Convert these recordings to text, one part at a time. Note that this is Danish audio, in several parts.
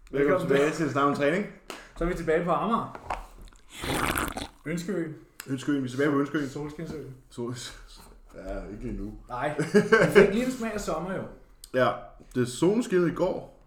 Velkommen tilbage til Snakken Træning. Så er vi tilbage på Amager. Ønskeøen. Ønskeøen, vi er tilbage på Ønskeøen. Solskinsøen. Ja, ikke lige nu. Nej, vi fik lige en smag af sommer jo. Ja, det solen skinnede i går.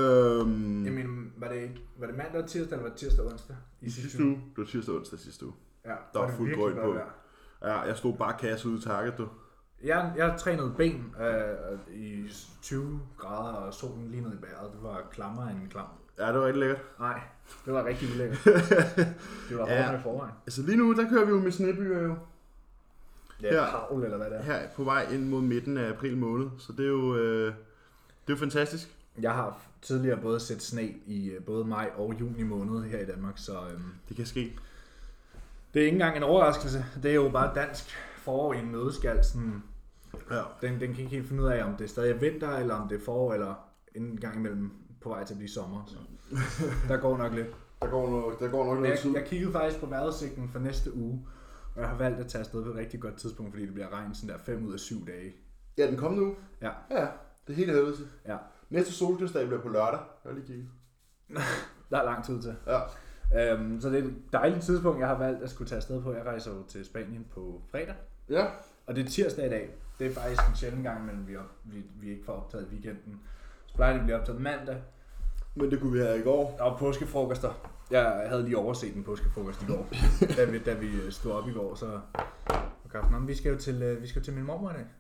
Jamen, var det mandag og tirsdag, eller var det tirsdag og onsdag? I sidste uge. Det var tirsdag og onsdag sidste uge. Ja, der var fuld drøn på. Vejr. Ja, jeg stod bare kasse ude i Target, du. Jeg trænede ben i 20 grader, og solen lige ned i bæret. Det var klammere end en klam. Ja, det var rigtig lækkert. Nej, det var rigtig ulækkert. Det var hårdt i forvejen. Altså lige nu, der kører vi jo med snebyer jo. Ja, havl eller hvad det er. Her på vej ind mod midten af april måned, så det er jo fantastisk. Jeg har tidligere både set sne i både maj og juni måned her i Danmark, så det kan ske. Det er ikke engang en overraskelse. Det er jo bare dansk forår i en nødskal. Sådan, ja. Den kan ikke helt finde ud af, om det er stadig vinter, eller om det er forår, eller en gang imellem på vej til at blive sommer. Så. Der går nok lidt. Der går nok noget tid. Jeg kiggede faktisk på vejrudsigten for næste uge, og jeg har valgt at tage afsted på et rigtig godt tidspunkt, fordi det bliver regn sådan der 5 ud af 7 dage. Ja, den kommende uge? Ja. Ja, det er helt helvede til. Ja. Næste solskinsdag bliver på lørdag. Jeg har lige kigget. Der er lang tid til. Ja. Så det er et dejligt tidspunkt, jeg har valgt at skulle tage afsted på. Jeg rejser jo til Spanien på fredag. Ja. Og det er tirsdag i dag. Det er faktisk en sjældent gang, men vi ikke får optaget i weekenden. Så plejer det at blive optaget mandag. Men det kunne vi have i går. Der var påskefrokoster. Jeg havde lige overset en påskefrokost i går. da vi stod op i går, så vi skal jo til min mormor i dag.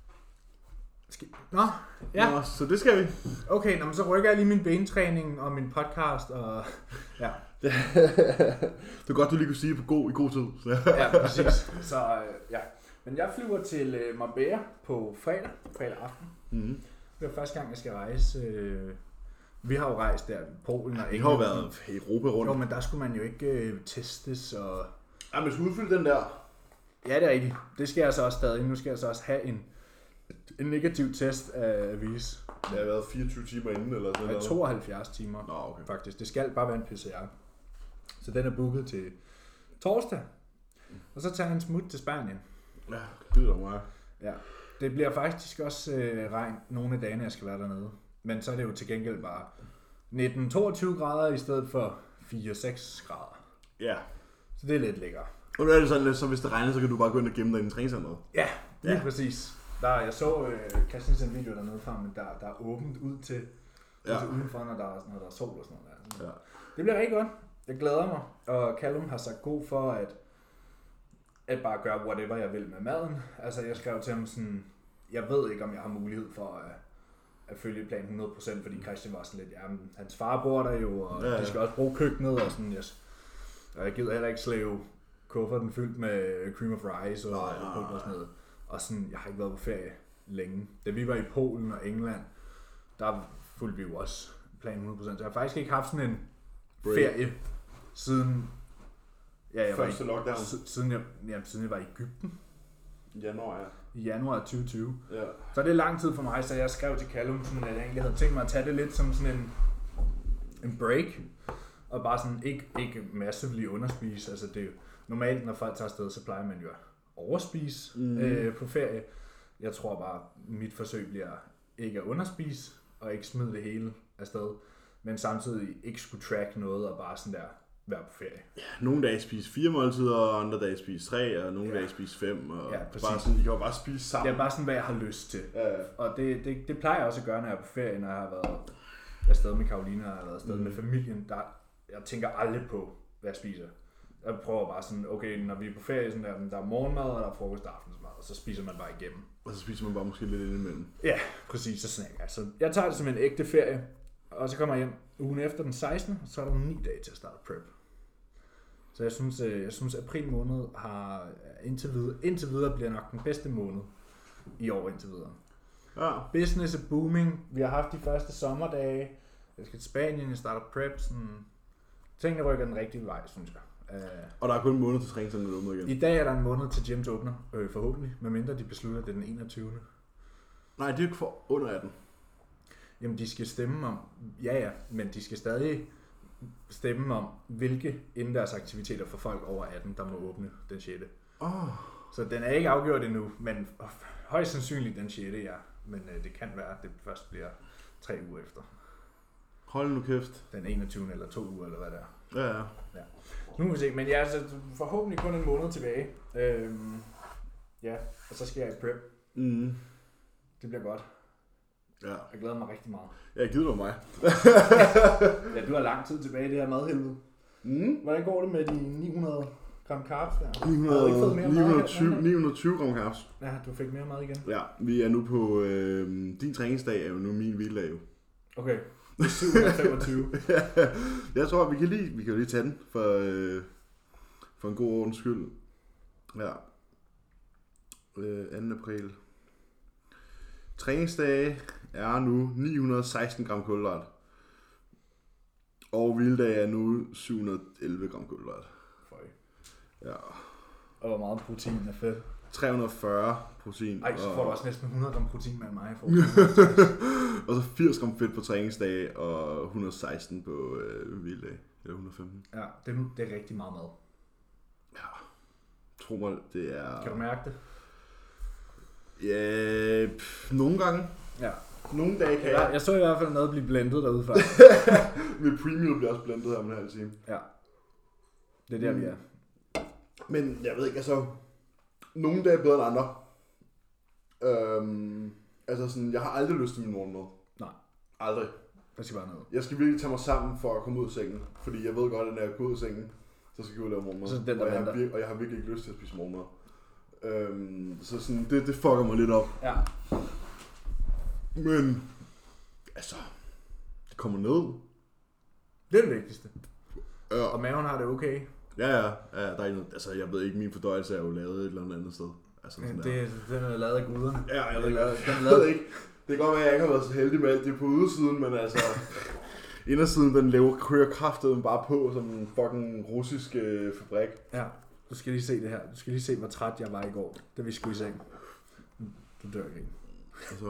Nå, ja. Nå, så det skal vi. Okay, men så rykker jeg lige min bentræning og min podcast og ja. Det er godt, du lige kunne sige det i god tid. Så. Ja, præcis. Så ja. Men jeg flyver til Marbella på fredag aften. Mm-hmm. Det er første gang, jeg skal rejse. Vi har jo rejst der i Polen og England. Vi har jo været i Europa rundt. Jo, men der skulle man jo ikke testes og... Ja, men skal udfylde den der. Ja, det er rigtigt. Det skal jeg så også stadig. Nu skal jeg så også have en negativ test at vise. Det har været 24 timer inden eller sådan noget. 72 timer. Nå, okay. Faktisk. Det skal bare være en PCR. Så den er booket til torsdag. Og så tager han smut til Spanien. Ja, det er meget. Ja. Det bliver faktisk også regn nogle af dagene, jeg skal være dernede. Men så er det jo til gengæld bare 19-22 grader i stedet for 4-6 grader. Ja. Så det er lidt lækkert. Og nu er det sådan, så hvis det regner, så kan du bare gå ind og gemme dig i en træningscenteret. Ja, lige præcis. Jeg så Christians video dernede fra, men der er åbent ud til udenfor, når der er sol og sådan noget der. Ja. Det bliver rigtig godt. Jeg glæder mig, og Callum har sagt god for at bare gøre whatever jeg vil med maden. Altså jeg skrev til ham sådan, jeg ved ikke om jeg har mulighed for at følge planen 100%, fordi Christian var sådan lidt, jamen hans far bor der jo, og de skal også bruge køkkenet og sådan, og jeg gider heller ikke slæve kufferten fyldt med cream of rice og sådan noget. Og sådan, jeg har ikke været på ferie længe. Da vi var i Polen og England, der fulgte vi jo også planen 100%. Så jeg har faktisk ikke haft sådan en ferie siden... Første lockdown. Siden jeg var i Egypten. I januar, ja. I januar 2020. Ja. Så det er lang tid for mig, så jeg skrev til Callum, sådan, at jeg egentlig havde tænkt mig at tage det lidt som sådan en break. Og bare sådan ikke massively underspise. Altså det er jo normalt, når folk tager afsted, så plejer man jo at overspise på ferie. Jeg tror bare, mit forsøg bliver ikke at underspise, og ikke smide det hele afsted, men samtidig ikke skulle track noget, og bare sådan der være på ferie. Ja, nogle dage spise 4 måltider, og andre dage spise 3, og nogle dage spise 5, og bare sådan, I kan jo bare spise sammen. Det er bare sådan, hvad jeg har lyst til. Ja. Og det plejer jeg også at gøre, når jeg er på ferie, når jeg har været afsted med Karoline, og jeg har været afsted med familien. Jeg tænker aldrig på, hvad jeg spiser. Jeg prøver bare sådan, okay, når vi er på ferie, sådan der er morgenmad, og der er frokost og aftensmad, og så spiser man bare igennem. Og så spiser man bare måske lidt indimellem. Ja, præcis, så snakker jeg. Så jeg tager det som en ægte ferie, og så kommer jeg hjem ugen efter den 16. Og så er der 9 dage til at starte prep. Så jeg synes april måned har indtil videre bliver nok den bedste måned i år indtil videre. Ja. Business er booming. Vi har haft de første sommerdage. Jeg skal til Spanien, jeg starter prep. Tingene rykker den rigtige vej, synes jeg. Og der er kun en måned til træningscenteret åbner igen. I dag er der en måned til gyms åbner, forhåbentlig, medmindre de beslutter, at det er den 21. Nej, det er ikke for under 18. Jamen, de skal stemme om... Ja, men de skal stadig stemme om, hvilke indendørs aktiviteter for folk over 18, der må åbne den 6. Så den er ikke afgjort endnu, men højst sandsynligt den 6. ja. Men det kan være, at det først bliver 3 uger efter. Hold nu kæft. Den 21. eller 2 uger, eller hvad det er. Ja. Nu må vi se, men jeg er altså forhåbentlig kun en måned tilbage. Ja, og så skal jeg i prep. Det bliver godt. Ja. Jeg glæder mig rigtig meget. Ja, gider du mig. Ja, du har lang tid tilbage i det her madhelvede. Hvordan går det med de 900 gram carbs der? 920 gram carbs. Ja, du fik mere mad igen. Ja, vi er nu på... din træningsdag er jo nu min hviledag jo. Okay, det er 725. Jeg tror, vi kan lige tage den for en god ordens skyld. Ja. 2. april. Træningsdage er nu 916 gram kulhydrat. Og hviledag er nu 711 gram kulhydrat. Ja. Og hvor meget protein er fedt? 340 protein. Ej, så får du også næsten 100 gram protein med mig. Og så 80 gram fedt på træningsdag og 116 på hviledag. Eller 115. Ja, det er rigtig meget mad. Ja. Tro mig, det er... Kan du mærke det? Ja, nogle gange. Ja. Nogle dage kan jeg. Jeg så i hvert fald noget blive blendet derude før. Mit premium bliver også blendet her om en halv time. Ja. Det er der, vi er. Men jeg ved ikke, altså... Nogle dage er bedre end andre. Altså sådan, jeg har aldrig lyst til min morgenmad. Nej. Aldrig. Der skal bare noget. Jeg skal virkelig tage mig sammen for at komme ud af sengen. Fordi jeg ved godt, at når jeg går ud af sengen, så skal jeg ud og lave morgenmad. Så den, og jeg har virkelig ikke lyst til at spise morgenmad. Så sådan, det fucker mig lidt op. Ja. Men, altså, det kommer ned. Det er det vigtigste. Ja. Og maven har det okay. Ja, der er ikke noget, altså jeg ved ikke, min fordøjelse er jo lavet et eller andet sted. Altså, sådan den er lavet af guderne. Ja, jeg ved ikke. Det kan godt være, at jeg ikke har været så heldig med alt det på udsiden, men altså, indersiden, den kører kraftet bare på som en fucking russisk fabrik. Ja, du skal lige se det her. Du skal lige se, hvor træt jeg var i går, da vi skulle i seng. Du dør ikke. Altså.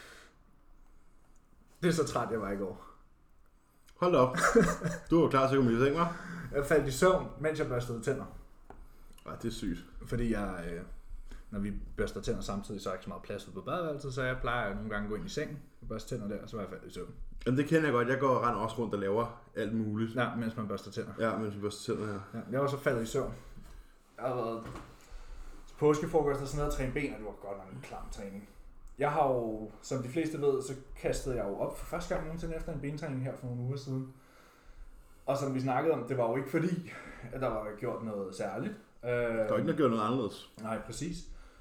Det er så træt, jeg var i går. Hold op. Du var klar til at komme i seng, hva'? Jeg faldt i søvn, mens jeg børstede tænder. Ej, det er sygt. Fordi jeg, når vi børster tænder samtidig, så er jeg ikke så meget plads ude på badeværelset, så jeg plejer nogle gange at gå ind i sengen og børste tænder der, og så var jeg faldet i søvn. Jamen det kender jeg godt. Jeg går og render også rundt og laver alt muligt. Ja, mens man børster tænder. Ja, mens vi børster tænder her. Ja, jeg var så faldet i søvn. Jeg har været til påskefrokost og sådan noget og træne ben, og det var godt nok en klam træning. Jeg har jo, som de fleste ved, så kastede jeg jo op for første gang nogensinde efter en bentræning her for nogle uger siden. Og som vi snakkede om, det var jo ikke fordi, at der var gjort noget særligt. Der var ikke noget gjort noget anderledes. Nej, præcis.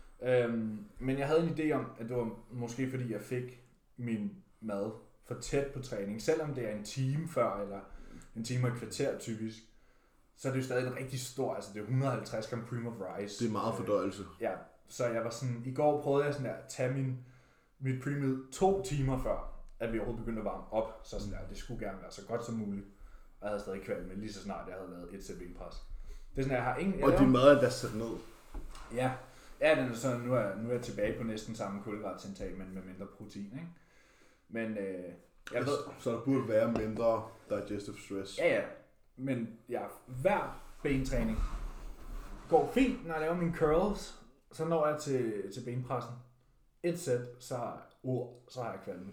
Men jeg havde en idé om, at det var måske fordi, jeg fik min mad for tæt på træning. Selvom det er en time før, eller en time og et kvarter typisk, så er det jo stadig en rigtig stor, altså det er 150 gram cream of rice. Det er meget fordøjelse. Ja, så jeg var sådan, i går prøvede jeg sådan der, at tage mit premium 2 timer før, at vi overhovedet begyndte at varme op. Så sådan der, det skulle gerne være så godt som muligt. Og jeg havde stadig kvalm med lige så snart jeg havde lavet et sæt benpres. Det er sådan, jeg har ingen... Og din mad er da sat ned. Ja, den er sådan, nu er jeg tilbage på næsten samme kulhydratindtag, men med mindre protein, ikke? Men jeg ved... Så der burde være mindre digestive stress. Ja, men hver bentræning går fint, når jeg laver mine curls, så når jeg til benpressen. Et sæt, så har jeg kvalme.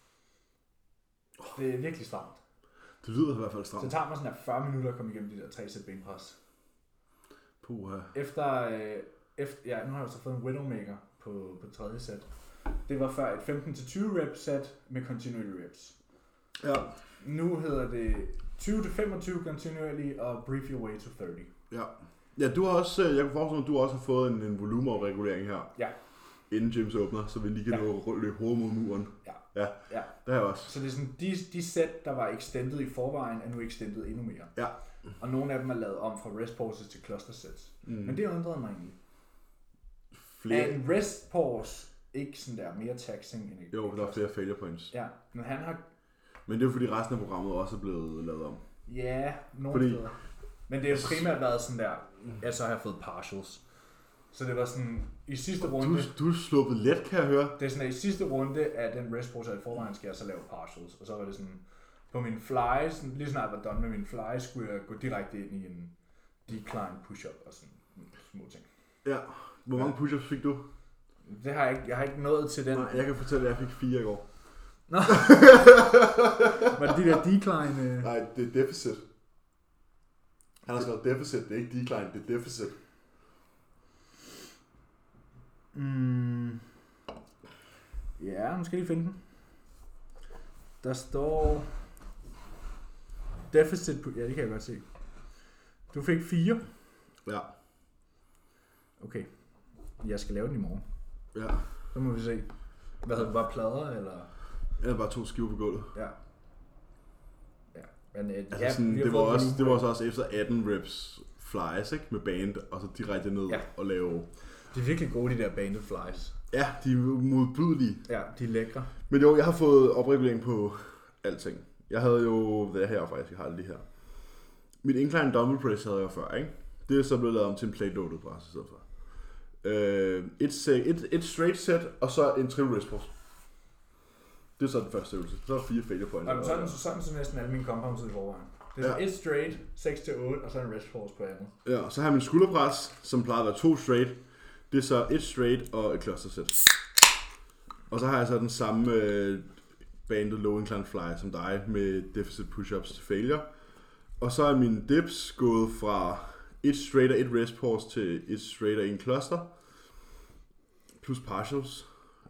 Det er virkelig stramt. Det lyder i hvert fald stramt. Så det tager mig sådan 40 minutter at komme igennem de der 3 sæt benpres. Puha. Efter, nu har jeg så fået en Widowmaker på 3. sæt. Det var før et 15-20 reps sæt med continuity reps. Ja. Nu hedder det 20-25 continuity og brief your way to 30. Ja. Ja, du har også, jeg kan forestille mig, at du også har fået en volumenregulering her. Ja. Inden gyms åbner, så vi lige kan løbe hovedet mod muren. Ja. Det har jeg også. Så det er sådan, de sæt, der var extended i forvejen, er nu extended endnu mere. Ja. Og nogle af dem er lavet om fra rest pauses til cluster sets. Men det undrede mig egentlig. Flere. Er en rest pause ikke sådan der mere taxing end et Jo, der er flere failure points. Ja, men han har... Men det er jo fordi resten af programmet også er blevet lavet om. Ja, nogle steder. Men det er jo primært været sådan der, så har jeg fået partials. Så det var sådan, i sidste runde... Du er sluppet let, kan jeg høre. Det er sådan, at i sidste runde af den rest pause i forvejen, skal jeg så lave partials. Og så var det sådan, på min fly, sådan, lige snart jeg var done med min fly, skulle jeg gå direkte ind i en decline push-up og sådan små ting. Ja, hvor mange push-ups fik du? Det har jeg ikke nået til den. Nej, jeg kan fortælle, at jeg fik 4 i går. Nå. Var det de der decline? Nej, det er deficit. Han har skrevet deficit, det er ikke decline, det er deficit. Ja, nu skal jeg lige finde den. Der står deficit, ja det kan jeg godt se. Du fik 4. Ja. Okay, jeg skal lave den i morgen. Ja. Så må vi se. Hvad hedder det, bare plader eller? Eller bare 2 skiver på gulvet. Ja. Ja, men altså ja, sådan, det var også efter 18 reps flies, ikke? Med band, og så direkte ned og lave... De er virkelig gode, de der banded flies. Ja, de er modbydelige. Ja, de er lækre. Men jo, jeg har fået opregulering på alting. Jeg havde jo, hvad her faktisk, jeg har det lige her. Mit incline dumbbell press havde jeg før, ikke? Det er så blevet lavet om til en plate loaded pres i stedet for. Et straight set, og så en triple wrist pulse. Det er så den første øvelse. Så er der 4 failure points. Jamen, sådan så næsten alle mine compounds i forvejen. Det er et straight, 6-8, og så en rest pulse på andet. Ja, så har jeg min skulderpres, som plejer at være 2 straight. Det er så et straight og et cluster set. Og så har jeg så den samme banded low incline fly som dig, med deficit push-ups til failure. Og så er mine dips gået fra et straight og et rest pause til et straight og en cluster. Plus partials.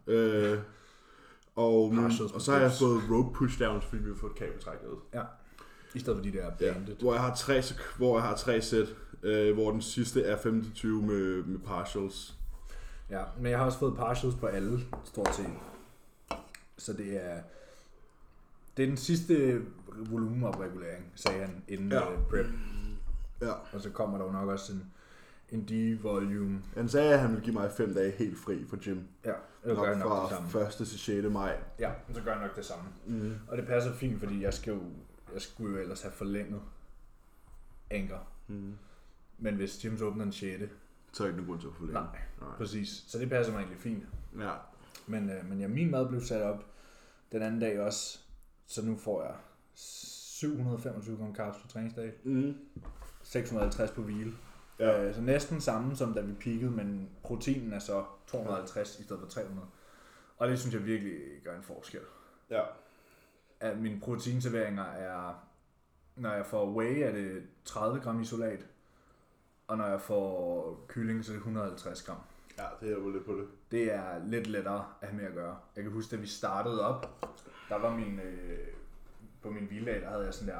Og så har jeg fået rope pushdowns, fordi vi har fået et kabeltræk ud. Ja. I stedet for de der banded. Ja, hvor jeg har 3 sæt, hvor den sidste er 15-20 med partials. Ja, men jeg har også fået partials på alle, stort set. Så det er den sidste volumenopregulering, sagde han inden prep. Ja. Og så kommer der jo nok også en D-volume. Han sagde, at han ville give mig 5 dage helt fri for gym. Ja, det gør jeg nok det samme. Fra 1. til 6. maj. Ja, så gør jeg nok det samme. Mm. Og det passer fint, fordi jeg skulle jo ellers have forlænget anker. Mm. Men hvis gyms åbner den 6. så er ikke nogen grund til at forlænge. Nej, præcis. Så det passer mig egentlig fint. Ja. Men ja, min mad blev sat op den anden dag også, så nu får jeg 725 gram carbs på træningsdag. 650 på hvile. Ja. Så næsten samme som da vi peakede, men proteinen er så 250 i stedet for 300. Og det synes jeg virkelig gør en forskel. Ja. At mine proteinserveringer er, når jeg får whey, er det 30 gram isolat, og når jeg får kylling, så er det 150 gram. Ja, det er jo lidt på det. Det er lidt lettere at have med at gøre. Jeg kan huske, da vi startede op, der var på min hviledag, der havde jeg sådan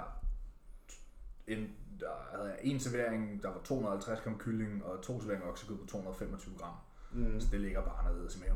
der havde jeg en servering, der var 250 gram kylling, og 2 serveringer oksekød på 225 gram. Så det ligger bare nede i maven.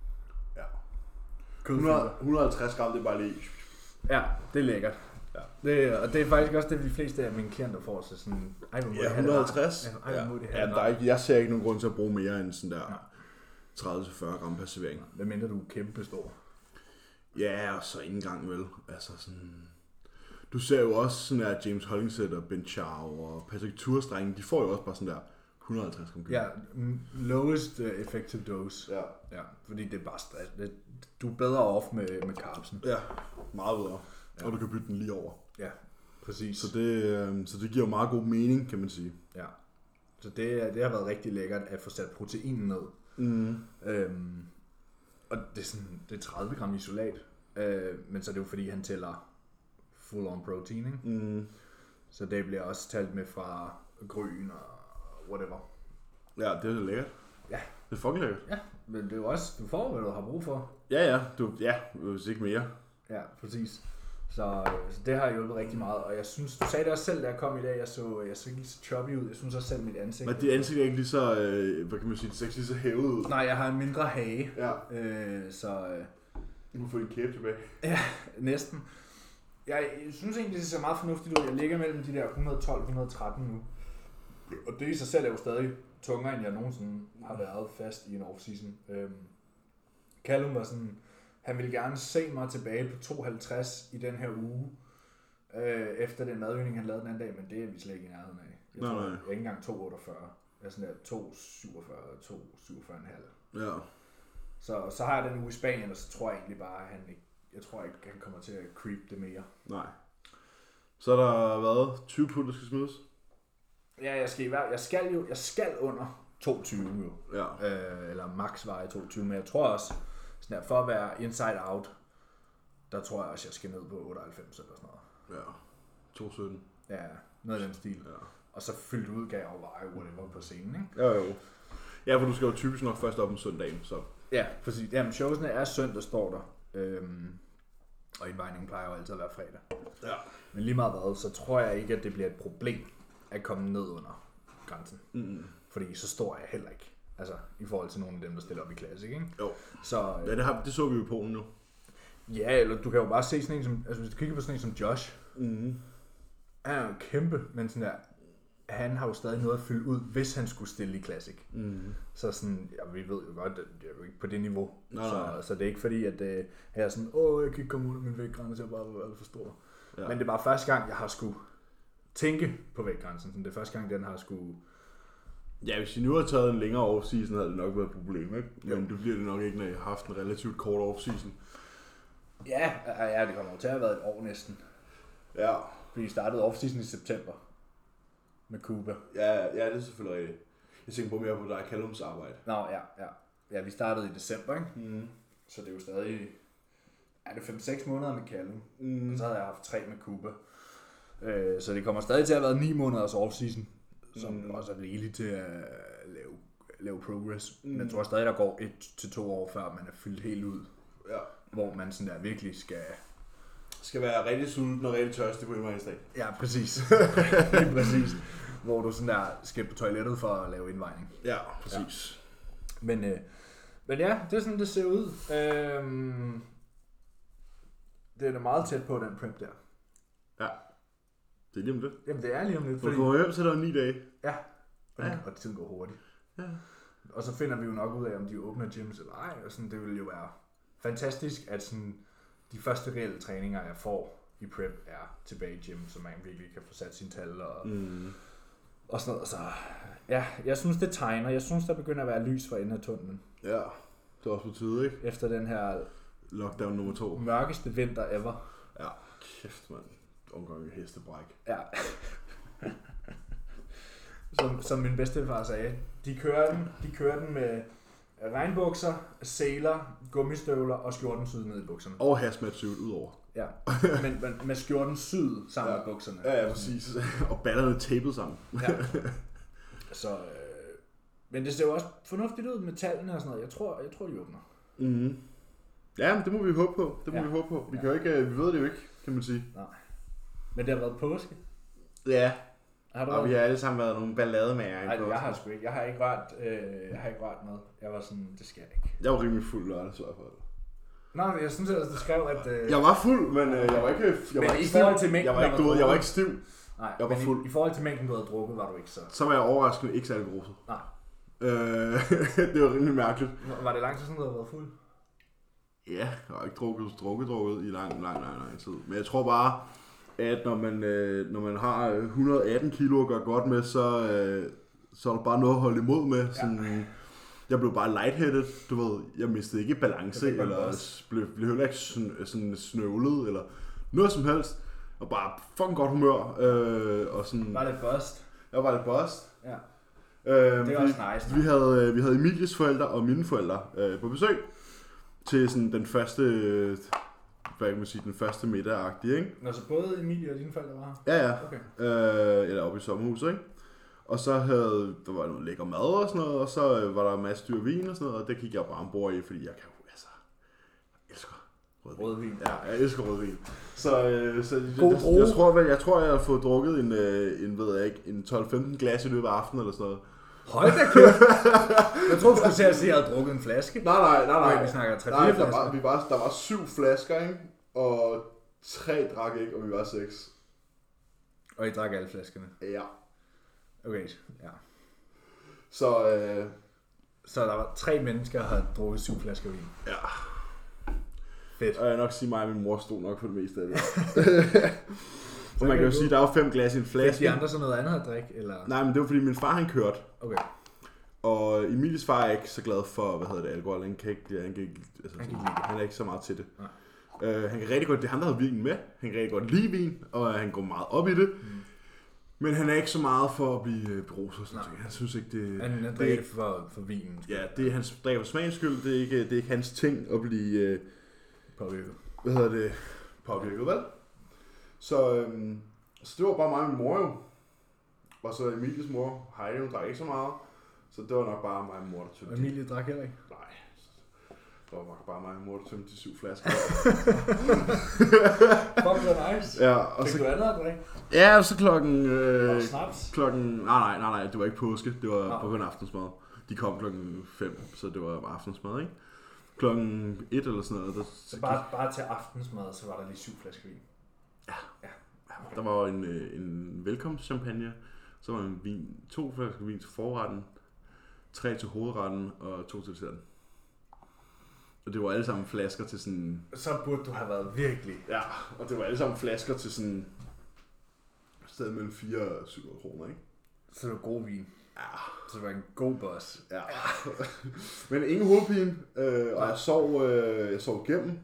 Ja. 150 gram, det er bare lige... Ja, det er lækkert. Ja. Og det er faktisk også det, de fleste af mine klienter får, så sådan... Ja, 150? Jeg ser ikke nogen grund til at bruge mere end sådan der 30-40 gram per servering. Hvad mindre du er kæmpe stor? Ja, og så ikke engang vel. Altså sådan... Du ser jo også sådan der James Hollingshead og Ben Chow og Patrick Tursdrenge, de får jo også bare sådan der 150 gram kylling. Ja, lowest effective dose. Ja, fordi det er bare stress. Du er bedre off med carbsen. Ja, meget bedre. Ja. Og du kan bytte den lige over. Ja, præcis. Så det giver jo meget god mening, kan man sige. Ja, så det har været rigtig lækkert at få sat proteinen ned. Og det er 30 gram isolat, men så er det jo fordi, han tæller full on protein, ikke? Så det bliver også talt med fra gryn og whatever. Ja, det er jo lækkert. Ja. Det er fucking lækkert. Ja, men det er jo også, du får, hvad du har brug for. Ja, hvis ikke mere. Ja, præcis. Så det har hjulpet rigtig meget, og jeg synes, du sagde det også selv, da jeg kom i dag, jeg så ikke lige så choppy ud. Jeg synes også selv, mit ansigt... Men dit ansigt er ikke lige så, hvad kan man sige, det er ikke lige så hævet ud. Nej, jeg har en mindre hage. Ja. Så... Du får din kæbe tilbage. Ja, næsten. Jeg synes egentlig, det ser meget fornuftigt ud. Jeg ligger mellem de der 112-113 nu. Og det i sig selv er jo stadig tungere, end jeg nogensinde har været fast i en off-season. Callum var sådan... Han ville gerne se mig tilbage på 250 i den her uge, efter den madøgning, han lavede den anden dag, men det er vi slet ikke i nærheden af. Jeg tror ikke engang 248. Jeg er sådan der 247, 247,5. Ja. Så har jeg den uge i Spanien, og så tror jeg egentlig bare, at jeg tror ikke, han kommer til at creep det mere. Nej. Så er der været 20 pund, der skal smides? Ja, jeg skal under 22 jo. Ja. Eller max veje 22, men jeg tror også, sådan der, for at være inside out, der tror jeg også, jeg skal ned på 98 eller sådan noget. Ja, 217. Ja, noget af den stil. Ja. Og så fyldt ud gav og veje, whatever på scenen, ikke? Jo. Ja, for du skal jo typisk nok først op om søndagen, så... Ja, præcis. Jamen, showsene er søndag, står der. Og indvejningen plejer jo altid at være fredag. Ja. Men lige meget hvad, så tror jeg ikke, at det bliver et problem at komme ned under grænsen. Fordi så står jeg heller ikke. Altså, i forhold til nogle af dem, der stiller op i Classic, ikke? Jo. Så, ja, det så vi jo i Polen nu. Ja, eller du kan jo bare se sådan en som... Altså, hvis du kigger på sådan en som Josh. Han er jo kæmpe, men sådan der... Han har jo stadig noget at fylde ud, hvis han skulle stille i Classic. Så sådan, ja, vi ved jo godt, at det er jo ikke på det niveau. Så det er ikke fordi, at jeg er sådan, jeg kan ikke komme ud af min vægtgrænse, jeg bare er alt for stor. Ja. Men det er bare første gang, jeg har skulle tænke på vægtgrænsen. Det er første gang, den har skulle... Ja, hvis I nu har taget en længere off-season, havde det nok været et problem, ikke? Men det bliver det nok ikke, når I har haft en relativt kort off-season. Ja, det kommer jo til at have været et år næsten. Ja. Fordi I startede off-season i september. Med Cuba. Ja, det er selvfølgelig rigtigt. Jeg tænker på mere på dig, Callums arbejde. Nå, ja. Ja, vi startede i december, ikke? Så det er jo stadig... Ja, det er 5-6 måneder med Callum. Og så havde jeg haft 3 med Cuba. Så det kommer stadig til at have været 9 måneders off-season. Som også er rigeligt til at lave progress. Men jeg tror stadig, der går 1 til 2 år, før man er fyldt helt ud. Ja. Hvor man sådan der virkelig skal være rigtig sulten og rigtig tørstig på en vejsdag. Ja, præcis. Præcis. Hvor du sådan der skal på toilettet for at lave indvejning. Ja, præcis. Ja. Men ja, det er sådan, det ser ud. Det er da meget tæt på den prep der. Ja. Det er lige om lidt. Jamen, det er lige om lidt. Fordi... Du går hjem, så der er 9 dage. Ja. Og tiden går hurtigt. Ja. Og så finder vi jo nok ud af, om de åbner gyms eller ej. Og sådan, det vil jo være fantastisk, at sådan, de første reelle træninger, jeg får i prep, er tilbage i gym, så man virkelig kan få sat sine tal og sådan noget. Så ja, jeg synes, det tegner. Jeg synes, der begynder at være lys for enden af tunnelen. Ja, det er også på tide, ikke? Efter den her lockdown nummer 2. Mørkeste vinter ever. Ja, kæft mand. Omgang hestebræk. Ja. som min bedstefar sagde, de kører den med regnbukser, seler, gummistøvler og skjorten syet ned i bukserne. Og hazmat-suit udover. Ja, men med skjorten syet sammen med bukserne. Ja, præcis. Og ballerne tapet sammen. Ja. Så, men det ser jo også fornuftigt ud med tallene og sådan noget. Jeg tror de åbner. Ja, men det må vi håbe på. Vi kan jo ikke, vi ved det jo ikke, kan man sige. Nej. Men det har været påske. Ja. Og vi har alle sammen været nogle ballademager. Nej, jeg har sgu ikke. Jeg har ikke rørt noget. Jeg var sådan, det skal jeg ikke. Jeg var rimelig fuld lørdag, så i hvert fald. Nej, jeg synes ellers, du skrev, at... Jeg var fuld, men jeg var ikke stiv. Jeg var ikke stiv. Nej, jeg var fuld. I forhold til mængden, du havde drukket, var du ikke så... Så var jeg overraskende ikke særlig gruset. Nej. Det var rimelig mærkeligt. Var det lang tid siden, du havde været fuld? Ja, jeg har ikke drukket i lang tid. Men jeg tror bare, at når man har 118 kilo at gøre godt med, så er der bare noget at holde imod med. Sådan, jeg blev bare lightheaded, du ved. Jeg mistede ikke balance, eller blev heller ikke sådan snøvlet, eller noget som helst. Og bare fucking godt humør. Og sådan, var det bust? Jeg var lidt bust. Ja. Det er også nice. Vi havde Emilies forældre og mine forældre på besøg til sådan den første, hvad kan man sige, den første middag-agtige, ikke? Nå, så både Emilie og dine forældre var her? Ja. Okay. Eller oppe i sommerhuset, ikke? Og så der var noget lækker mad og sådan noget, og så var der en masse dyr vin og sådan noget, og det kiggede jeg bare ombord i, fordi jeg kan jo, jeg elsker rødvin. Ja, jeg elsker rødvin. Så jeg tror, jeg har fået drukket en 12-15 glas i løbet af aftenen eller sådan noget. Hold da kæft! Jeg troede, du skulle sige, at jeg havde drukket en flaske. Nej. Vi snakker 3-4 flasker. Der var 7 flasker, ikke? Og 3 drak ikke, og vi var 6. Og I drak alle flaskerne? Ja. Okay, ja. Så der var 3 mennesker, der havde drukket 7 flasker vin? Ja. Fedt. Og jeg nok sige mig, at min mor stod nok for det meste af det. Så man kan jo sige, at der var 5 glas i en flaske. Fik de andre så noget andet at drikke? Eller? Nej, men det var fordi min far han kørte. Okay. Og Emilies far er ikke så glad for, alkohol. Han er ikke så meget til det. Han kan rigtig godt, det er han, der har vinen med. Han kan rigtig godt lide vin, og han går meget op i det. Men han er ikke så meget for at blive beruset og sådan noget. Han synes ikke, det... Han drikker det for vinen. Ja, det er hans drikker for smagens skyld. Det er ikke hans ting at blive... Påvirket. påvirket, vel? Så det var bare mig og min mor jo. Og så Emilies mor, Heidi, hun drak ikke så meget. Så det var nok bare mig og min mor, der tømte. Emilie drak heller ikke? Nej. Det var nok bare mig og min mor, der tømte de 7 flasker. Fuck, det var nice. Ja, og fik du andet at drikke? Ja, og så klokken... snaps? Nej, det var ikke påske. Det var på kun aftensmad. De kom klokken 5, så det var aftensmad, ikke? Klokken 1 eller sådan noget. Så bare til aftensmad, så var der lige 7 flasker vin? Ja. Okay. Der var en velkomstchampagne, så var en vin, 2 flasker vin til forretten, 3 til hovedretten og 2 til desserten. Og det var alle sammen flasker til sådan... Så burde du have været virkelig... Ja, og det var alle sammen flasker til sådan... Stadig mellem 4 og 700 kroner, ikke? Så det var god vin. Ja. Så det var en god boss. Ja. Men ingen hovedpine, og jeg sov igennem.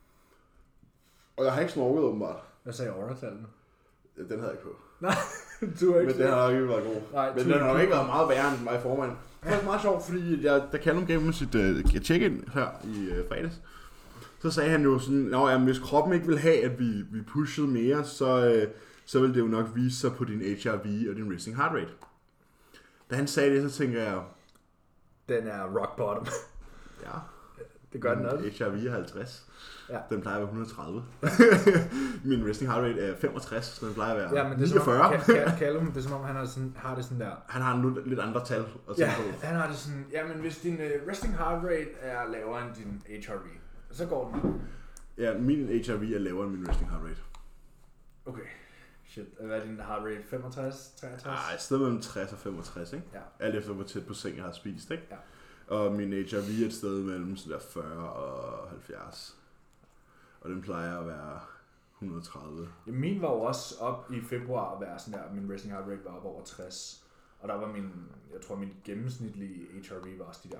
Og jeg har ikke snorket åbenbart. Hvad sagde overtallene? Den havde jeg ikke på. Nej, du har ikke. Men den har nok ikke været god. Nej, men den har nok ikke været meget værre, end den var i forvejen. Det var meget sjovt, fordi da Callum gav mig sit check-in her i fredags, så sagde han jo sådan, hvis kroppen ikke vil have, at vi pushede mere, så vil det jo nok vise sig på din HRV og din resting heart rate. Da han sagde det, så tænker jeg... Den er rock bottom. Ja. Det gør den også. HRV er 50. Ja. Den plejer at være 130. Min resting heart rate er 65, så den plejer at være 49. Callum, det er som om, han har det sådan der... Han har lidt andre tal at tænke på. Han har det sådan, jamen hvis din resting heart rate er lavere end din HRV, så går den. Ja, min HRV er lavere end min resting heart rate. Okay. Shit. Hvad er din heart rate? 65? 63? Nej, et sted mellem 60 og 65, ikke? Ja. Alt efter hvor tæt på seng jeg har spist, ikke? Ja. Og min HRV er et sted mellem sådan der 40 og 70. Og den plejer at være 130. Ja, min var jo også op i februar at være sådan der, min resting heart rate var op over 60. Og der var jeg tror min gennemsnitlige HRV var også de der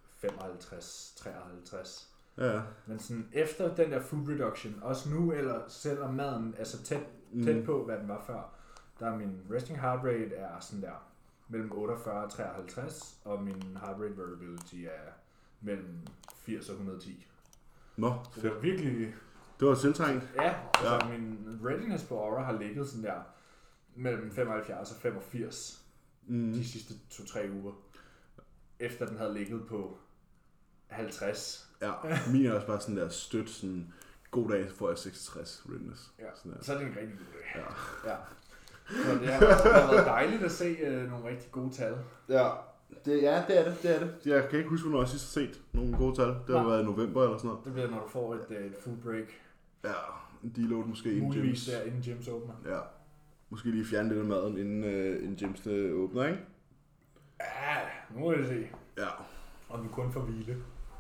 55, 53. Ja. Men sådan efter den der food reduction, også nu, eller selvom maden er så tæt på, hvad den var før, der er min resting heart rate er sådan der mellem 48 og 53, og min heart rate variability er mellem 80 og 110. Nå, så det var virkelig... Det var tiltrængt. Ja, altså min readiness på Aura har ligget sådan der mellem 75 og 85 de sidste 2-3 uger, efter den havde ligget på 50. Ja, min er også bare sådan der stødt, sådan god dag får jeg 66 readiness. Ja, så er det en rigtig god dag. Ja. Så det har været dejligt at se nogle rigtig gode tal. Ja, det er det. Jeg kan ikke huske, hvornår jeg sidst har set nogle gode tal. Det har været i november eller sådan noget. Det bliver, når du får et food break. Ja, en deload måske inden Muligvis der, inden gyms åbner. Ja, måske lige fjerne lidt af maden, inden gyms åbner, ikke? Ja, nu må vi se. Ja. Og den kun får hvile.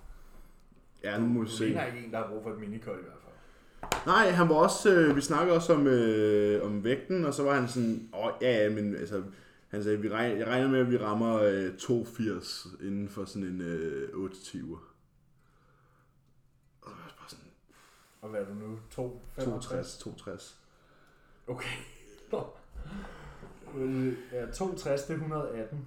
Ja, nu må vi se. Du er ikke en, der har brug for et minikold i hvert fald. Nej, han var også, vi snakkede også om vægten, og så var han sådan, men altså, han sagde, jeg regner med, at vi rammer 82 inden for sådan en 8-10 uger. Og så var jeg bare sådan... Og hvad er du nu? 62. Okay. Ja, 62 det er 118.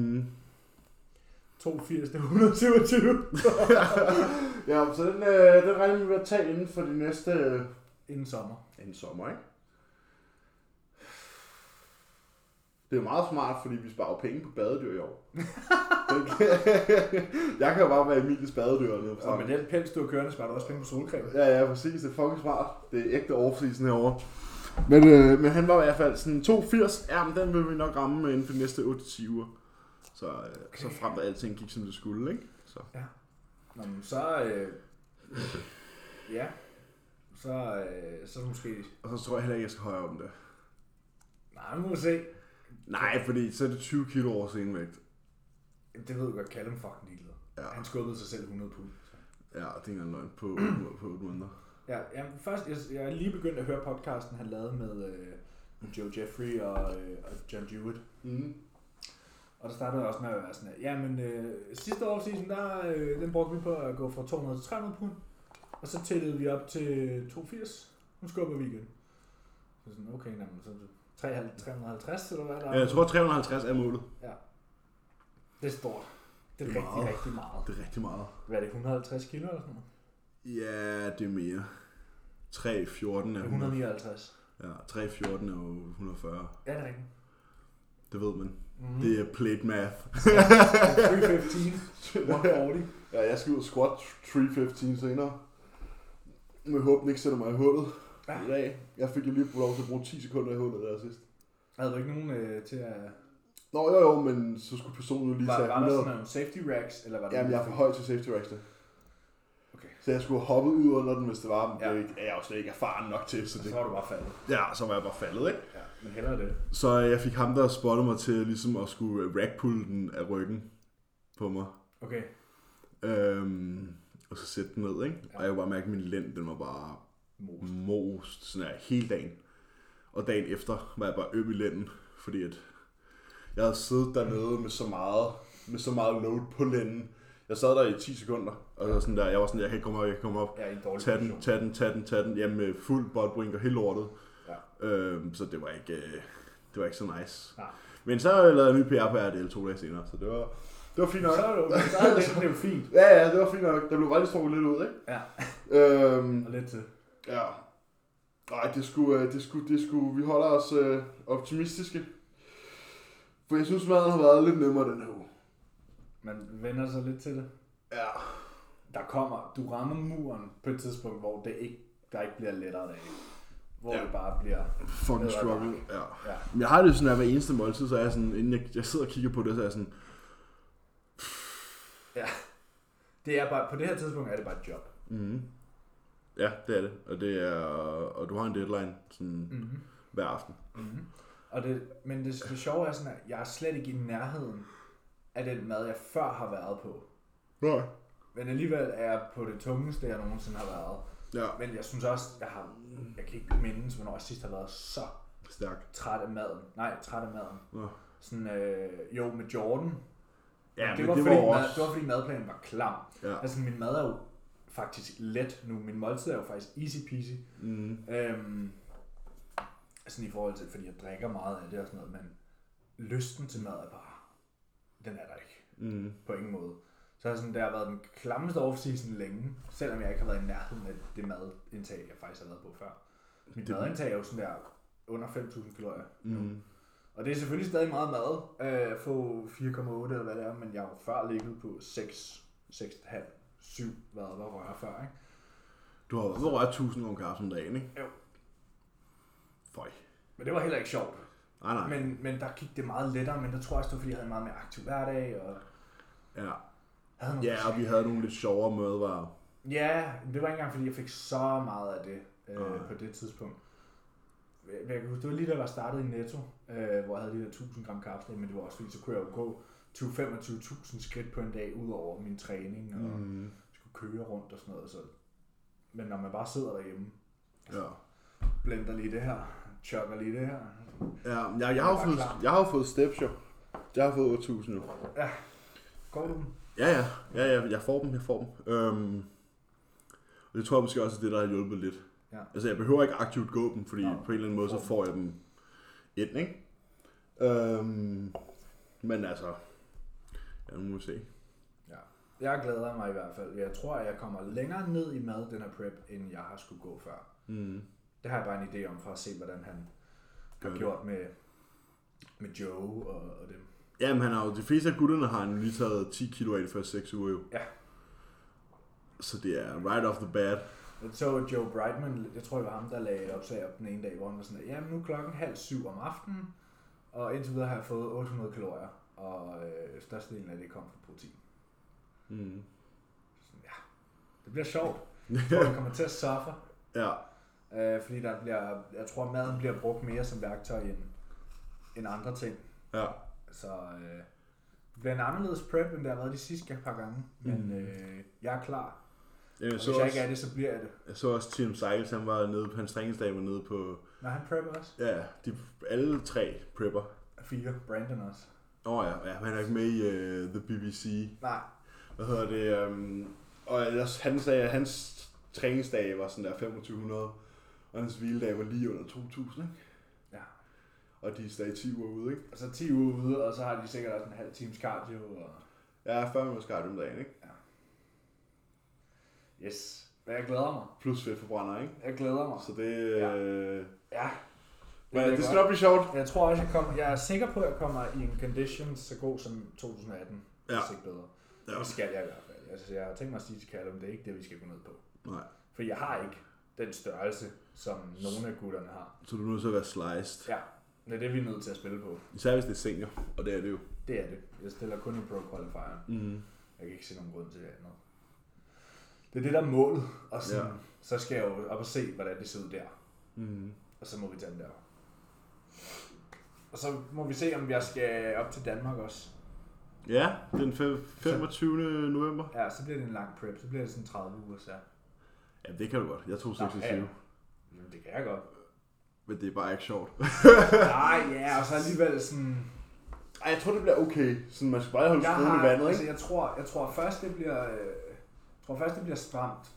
82 det er 127. Ja, så den regner vi med at tage inden for de næste... Inden sommer. Inden sommer, ikke? Det er jo meget smart, fordi vi sparer penge på badedyr i år. Jeg kan jo bare være Emilies badedyr. Og med den pels, du har kørende, sparer du også penge på solcreme. Ja, præcis. Det er fucking smart. Det er ægte off-season herovre. Men han var i hvert fald sådan 82. Ja, men den vil vi nok ramme inden for de næste 8-10 uger. Så frem til alting gik som det skulle, ikke? Så. Ja. Nå, men så... ja. Så måske... Og så tror jeg heller ikke, jeg skal højere om det. Nej, nu må vi se. Nej, fordi så er det 20 kilo over senvægt. Det ved du godt, Callum fucking ligeglad. Ja. Han skubbede sig selv 100 pund. Ja, det er ikke engang på 8 måneder. Ja, først, jeg er lige begyndt at høre podcasten, han lavede med Joe Jeffrey og John Jewett. Og der startede jeg også med at være sådan her. Ja, men sidste off-season, den brugte vi på at gå fra 200 til 300 pund. Og så tættede vi op til 280. Nu skubber vi igen. Så sådan, okay, så 350 eller hvad der er? Ja, jeg tror 350 er målet. Ja. Det er stort. Det er rigtig meget. Det er rigtig meget. Hvad er det, 150 kilo eller sådan noget? Ja, det er mere. 3.14 er 159. Ja, 3.14 er jo 140. Ja, det er rigtigt. Det ved man. Mm-hmm. Det er plate math. 315, 140. Ja, jeg skal ud og squat 315 senere. Jeg håber, den ikke sætter mig i hullet i dag. Jeg fik jo lige lov til at bruge 10 sekunder i hullet der sidst. Havde du ikke nogen til at... Nå, jo, men så skulle personen jo lige tage 100. Var der sådan nogle safety racks, eller var det... Jamen, jeg er for høj til safety racks der. Okay. Så jeg skulle have hoppet ud under den, hvis det var. Men det er jeg jo slet ikke erfaren nok til. Så var du bare faldet. Ja, så var jeg bare faldet, ikke? Ja, men hellere det. Så jeg fik ham, der spottede mig til ligesom at skulle rackpulle den af ryggen på mig. Okay. Og så sætte den ned, ikke? Ja. Og jeg kunne bare mærke, at min lænd, den var bare most sådan her hele dagen. Og dagen efter var jeg bare øm i lænden, fordi at jeg havde siddet dernede med så meget load på lænden. Jeg sad der i 10 sekunder, og sådan der, jeg var sådan, jeg kan ikke komme op, Ja, Tag den, jamen med fuld buttbrink og helt lortet. Ja. Så det var ikke så nice. Ja. Men så lavede jeg en ny PR på RDL 2 dage senere, så det var fint nok. Så er det jo fint. Ja, det var fint nok. Der blev faktisk trukket lidt ud, ikke? Ja. Og lidt til. Ja. Nej, det skulle vi holder os optimistiske. For jeg synes, maden har været lidt nemmere den her uge. Man vender sig lidt til det. Ja. Du rammer muren på et tidspunkt, hvor der ikke bliver lettere af. Hvor det bare bliver... Fucking struggle, ja. Men jeg har det sådan, at hver eneste måltid, så er jeg sådan, inden jeg sidder og kigger på det, så er jeg sådan... Ja. Det er bare, på det her tidspunkt er det bare et job. Mhm. Ja, det er det. Og du har en deadline sådan hver aften. Mm-hmm. Men det sjove er sådan, at jeg er slet ikke i nærheden af den mad, jeg før har været på. Nej. Men alligevel er jeg på det tungeste, jeg nogensinde har været. Ja. Men jeg synes også, jeg kan ikke mindes, hvornår jeg sidst har været så stærk. Træt af maden. Ja. Sådan, jo, med Jordan. Ja, det var fordi madplanen var klam. Ja. Altså, min mad er jo faktisk let nu. Min måltid er jo faktisk easy peasy. Sådan i forhold til, fordi jeg drikker meget af det og sådan noget, men lysten til mad er bare, den er der ikke. På ingen måde. Så sådan, det har været den klammeste off-season længe, selvom jeg ikke har været i nærheden af det madindtag, jeg faktisk har været på før. Mit madindtag er jo sådan der under 5.000 kalorier nu. Og det er selvfølgelig stadig meget mad, få 4,8 eller hvad det er, men jeg har jo før ligget på 6, 6,5, 7, hvad der rører før, ikke? Du har jo rørt 1000 gange kaffe om dagen, ikke? Jo. Føj. Men det var heller ikke sjovt. Nej. Men der gik det meget lettere, men der tror jeg også, det var, fordi jeg havde en meget mere aktiv hverdag. Og og vi havde nogle lidt sjovere madvarer. Ja, det var ikke engang, fordi jeg fik så meget af det på det tidspunkt. Jeg kan huske, det var lige da jeg var startet i Netto, hvor jeg havde de der 1000 gram kapsler, men det var også fordi, så kunne jeg jo gå 25.000 skridt på en dag, ud over min træning, og skulle køre rundt og sådan noget. Så. Men når man bare sidder derhjemme, blender lige det her, chokker lige det her. Ja, jeg har fået steps jo. Jeg har fået 8.000 jo. Ja, går du dem? Ja, jeg får dem. Og det tror jeg måske også er det, der har hjulpet lidt. Ja. Altså, jeg behøver ikke aktivt gå dem, fordi på en eller anden måde, så får jeg dem ind, ikke? Men altså, nu må vi se. Ja, jeg glæder mig i hvert fald. Jeg tror, at jeg kommer længere ned i mad, den her prep, end jeg har skulle gå før. Det har jeg bare en idé om, for at se, hvordan han har gjort med Joe og dem. Jamen, han har jo, de fleste af gutterne har han lige taget 10 kilo af de første 6 uger jo. Ja. Så det er right off the bat. Så Joe Brightman, jeg tror det var ham, der lagde et opslag op den ene dag, hvor han var sådan, jamen nu er klokken 6:30 om aftenen, og indtil videre har jeg fået 800 kalorier, og størstedelen af det kom fra protein. Sådan, ja, det bliver sjovt. Jeg tror, det kommer til at suffer. Ja. Fordi jeg tror, maden bliver brugt mere som værktøj end andre ting. Ja. Så det bliver en anderledes prep, end det har været de sidste par gange, men jeg er klar. Jamen, hvis jeg ikke er det, så bliver jeg det. Jeg så også Tim Seigels, han var nede på hans træningsdag, var nede på... Nej, han prepper også? Ja, alle 3 prepper. 4, Brandon også. Ja, han er ikke med i The BBC. Nej. Hvad hedder det? Og hans træningsdag var sådan der 2500, og hans hviledag var lige under 2000, ikke? Ja. Og de er stadig 10 uger ude, ikke? Og så 10 uger ude, og så har de sikkert også en halv times cardio. Og... Ja, 40 minutter cardio om dagen, ikke? Ja. Yes. Men jeg glæder mig. Plus fedtforbrænder, ikke? Jeg glæder mig. Så det... Ja. Men det skal nok blive sjovt. Jeg tror også, jeg er sikker på, at jeg kommer i en condition så god som 2018. Ja. Hvis ikke bedre. Ja. Det skal jeg i hvert fald. Altså, jeg har tænkt mig at sige til Callum, det er ikke det, vi skal gå ned på. Nej. For jeg har ikke den størrelse, som nogle af gutterne har. Så du er nødt til at være sliced. Ja, det er det, vi er nødt til at spille på. Især hvis det er senior, og det er det jo. Det er det. Jeg stiller kun i Pro Qualifier. Mm. Jeg kan ikke se nogen grund til det andet. Det er det, der er målet. Og sådan, så skal jeg jo op og se, hvordan det ser ud der. Mm. Og så må vi tage den der. Og så må vi se, om jeg skal op til Danmark også. Ja, den 25. november. Ja, så bliver det en lang prep. Så bliver det sådan 30 uger, så. Ja, det kan du godt. Jeg tog 26. Ja. Det kan jeg godt. Men det er bare ikke sjovt. Nej, ja, og så alligevel sådan... Ej, jeg tror, det bliver okay. Sådan, man skal bare holde skruen i vandet, ikke? Altså, jeg tror først, det bliver stramt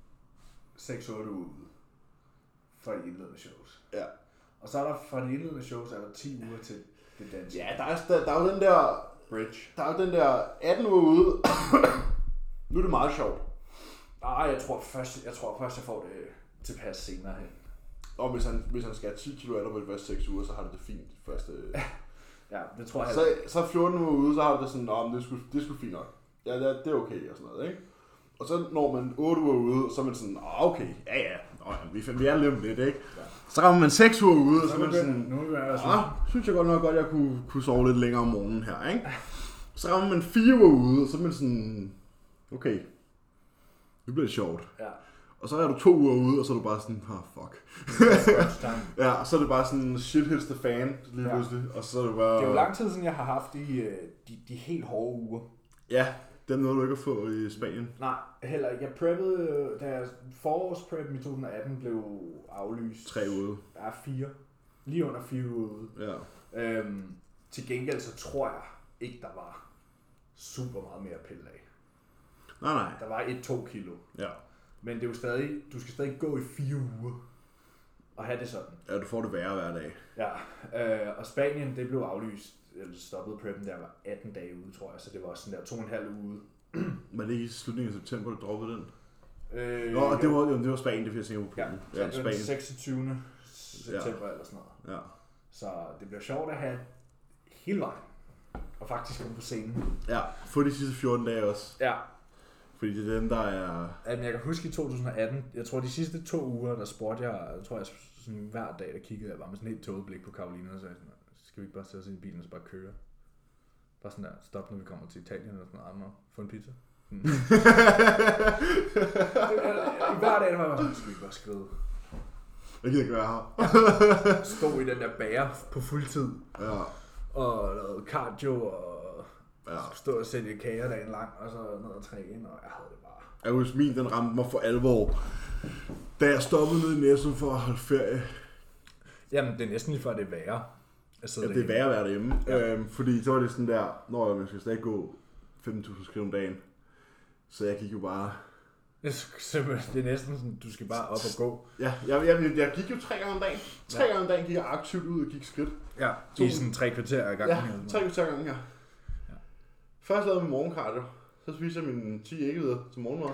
6-8 uger ude for de indledende shows. Ja. Og så er der fra de indledende shows, er der 10 uger til det danske. Ja, der er jo den der... Bridge. Der er jo den der 18 uger ude. Nu er det meget sjovt. Nej, jeg tror først, jeg får det tilpas senere hen. Og hvis han skal have 10 kilo alder på de første 6 uger, så har det det fint første... Ja, det tror jeg. Så 14 uger ude, så har det sådan, det er sgu fint nok. Ja, det er okay og sådan noget, ikke? Og så når man 8 uger ude, så er man sådan, okay, ja, vi er lige om lidt, ikke? Ja. Så rammer man 6 uger ude, og så er man sådan, synes jeg godt, jeg kunne sove lidt længere om morgenen her, ikke? Så rammer man 4 uger ude, og så er man sådan, okay, det bliver sjovt. Ja. Og så er du 2 uger ude, og så er du bare sådan, fuck. Ja, så er det bare sådan, shit hits the fan, lige pludselig. Og så er det bare... Det er jo lang tid siden, jeg har haft de helt hårde uger. Ja, den nåede du ikke at få i Spanien. Nej, heller ikke. Jeg preppede, da forårspreppen i 2018 blev aflyst. 3 uger. Ja, 4. Lige under 4 uger ude. Ja. Til gengæld så tror jeg ikke, der var super meget mere at pille af. Nej. Der var 1-2 kilo. Ja. Men det er jo stadig, du skal stadig gå i 4 uger og have det sådan. Ja, du får det værre hver dag. Ja, og Spanien, det blev aflyst, eller stoppede preppen, der var 18 dage ude, tror jeg, så det var sådan der 2,5 uge ude. Var det ikke i slutningen af september, du droppede den? Nå, det var Spanien, det fik jeg på. Ja, det var den 26. september eller sådan noget. Ja. Så det bliver sjovt at have hele vejen, og faktisk komme på scenen. Ja, få de sidste 14 dage også. Ja. Fordi det er dem, der er... Jamen, jeg kan huske i 2018, jeg tror de sidste 2 uger, der spurgte jeg tror jeg sådan hver dag, der kiggede jeg bare med sådan et helt tåget på Karoline, og sagde sådan, skal vi ikke bare sætte os i bilen og så bare køre? Bare sådan der, stop når vi kommer til Italien eller sådan noget, få en pizza. Hver dag, der var jeg sådan, skal vi ikke bare skride? Jeg gider ikke være her. Stod i den der bager på fuldtid. Ja. Og lavede cardio og stod og sætte kager dagen lang, og så ned og træne, og jeg havde det bare. Jeg husker min, den ramte mig for alvor, da jeg stoppede ned i Næsum for at holde ferie. Jamen, det er næsten lige før det er værre. Ja, det er værre at være derhjemme. Ja. Fordi så var det sådan der, når man skal stadig gå 15.000 skridt om dagen. Så jeg gik jo bare... Det er næsten sådan, du skal bare op og gå. Ja, jeg gik jo 3 gange om dagen. 3 gange om dagen gik jeg aktivt ud og gik skridt. Ja, i sådan 3 kvarter ad gangen. Ja, 3 kvarter ad gangen, ja. Først lavede jeg min morgenkardio. Så spiste jeg mine 10 æggehvider til morgenmad.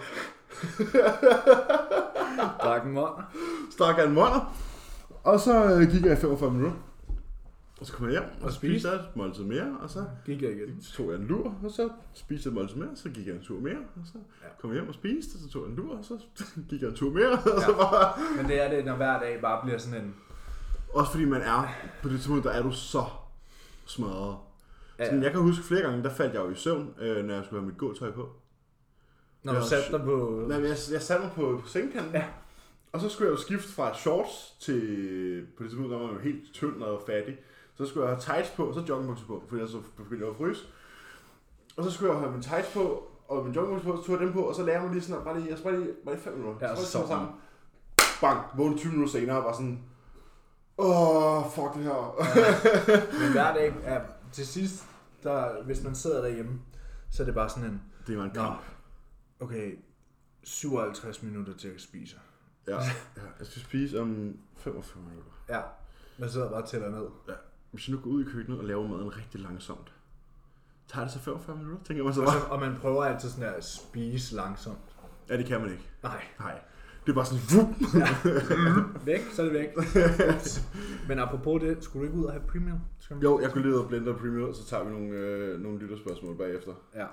Drak en måneder. Stak en måneder. Og så gik jeg i 45 minutter. Og så kom jeg hjem og spiste et måltid mere. Og så gik jeg igen. Tog jeg en lur, og så spiste jeg et måltid mere. Så gik jeg en tur mere. Og så kom jeg hjem og spiste, og så tog jeg en lur, og så gik jeg en tur mere. Og så bare... Men det er det, når hver dag bare bliver sådan en... Også fordi man er, på det tidspunkt, der er du så smadret. Sådan, jeg kan huske flere gange, der faldt jeg jo i søvn, når jeg skulle have mit gåtøj på. Når du satte dig på... Nej, jeg satte mig på sengekanten. Ja. Og så skulle jeg jo skifte fra shorts til... På det tidspunkt, der var jeg jo helt tynd og fattig. Så skulle jeg have tights på, og så joggingbukser på, fordi jeg så begyndte at fryse. Og så skulle jeg have min tights på, og min joggingbukser på, så tog jeg dem på, og så lagde jeg mig lige sådan, bare lige 5 minutter. Ja, så sammen. Bang! Vågnede 20 minutter senere, og bare sådan... fuck det her. Ja. Men hver dag, til sidst, hvis man sidder derhjemme, så er det bare sådan en... Det var en kamp. Okay, 57 minutter til at spise. Ja, jeg skal spise om 45 minutter. Ja, man sidder bare og tæller ned. Ja, hvis jeg nu går ud i køkkenet og laver maden rigtig langsomt, tager det så 45 minutter, tænker man så bare. Og man prøver altid sådan at spise langsomt. Ja, det kan man ikke. Nej. Det er bare sådan, ja. Væk, så er det væk. Men apropos det, skulle du ikke ud og have premium? Jo, jeg kunne lige ud og blende premium, så tager vi nogle lytterspørgsmål bagefter. Ja.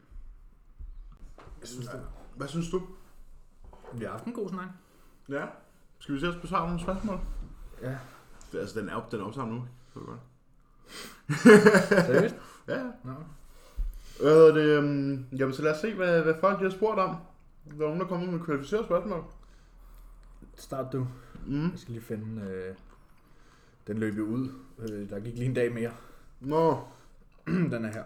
Hvad synes du? Vi har haft en god snak. Ja. Skal vi se os besvare nogle spørgsmål? Ja. Det, altså, den er optaget nu. Så godt. Seriøst? Ja. Nå. Jamen, så lad os se, hvad folk har spurgt om. Der er nogen, der kommer med kvalificerede spørgsmål. Start du. Jeg skal lige finde... den løb jo ud. Der gik lige en dag mere. Nå. Den er her.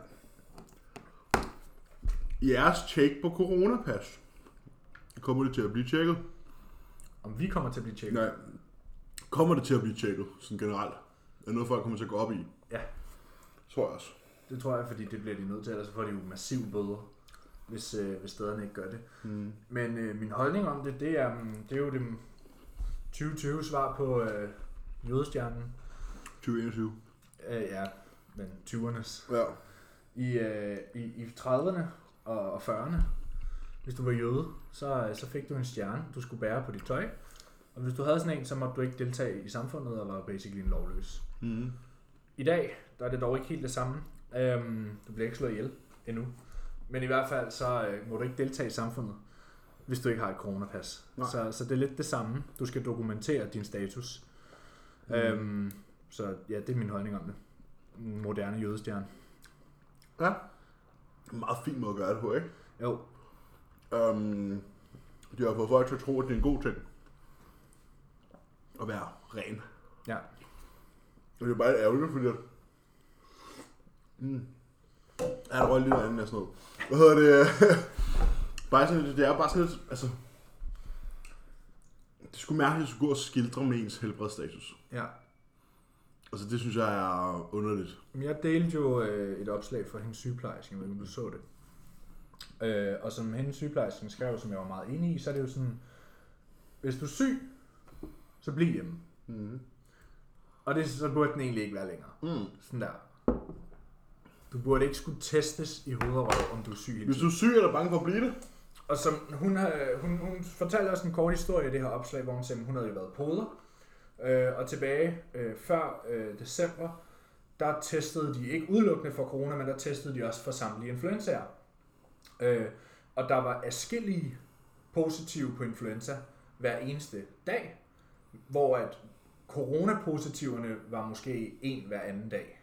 Jeres take på coronapas. Kommer det til at blive tjekket? Om vi kommer til at blive tjekket? Nej. Kommer det til at blive tjekket, sådan generelt? Er noget, folk kommer til at gå op i? Ja. Tror jeg også. Det tror jeg, fordi det bliver de nødt til, ellers får de jo massiv bøder, hvis stederne ikke gør det. Men min holdning om det er jo det 2020 svar på jødestjernen. 2021. Ja, men 20'ernes. Ja. I 30'erne og 40'erne, hvis du var jøde, så fik du en stjerne, du skulle bære på dit tøj. Og hvis du havde sådan en, så måtte du ikke deltage i samfundet, og var basically en lovløs. I dag, der er det dog ikke helt det samme. Du bliver ikke slået ihjel endnu. Men i hvert fald, så må du ikke deltage i samfundet, hvis du ikke har et coronapas. Så det er lidt det samme. Du skal dokumentere din status. Så ja, det er min holdning om det. En moderne jødestjerne. Ja. En meget fin måde at gøre det på, ikke? Jo. De har fået folk til at tro, at det er en god ting. At være ren. Ja. Og det er bare ærgerligt, fordi at... Ja, der røg lidt andet af sådan noget. Hvad hedder det? Bare sådan, det er bare sådan lidt, altså... Det skulle mærkeligt at gå og skildre med ens helbredsstatus. Ja. Altså det synes jeg er underligt. Jeg delte jo et opslag fra hendes sygeplejerske, jeg ved ikke om du så det. Og som hendes sygeplejersken skrev, som jeg var meget enig i, så er det jo sådan, hvis du er syg, så bliv hjemme. Og det så burde den egentlig ikke være længere. Sådan der. Du burde ikke skulle testes i hoved og røv, om du er syg. Hvis du er syg, eller bange for at blive det? Og som hun fortalte også en kort historie i det her opslag, hvor hun sagde, hun havde jo været poder. Og tilbage før december, der testede de ikke udelukkende for corona, men der testede de også for samtlige influenzaer. Og der var adskillige positive på influenza hver eneste dag, hvor at coronapositiverne var måske en hver anden dag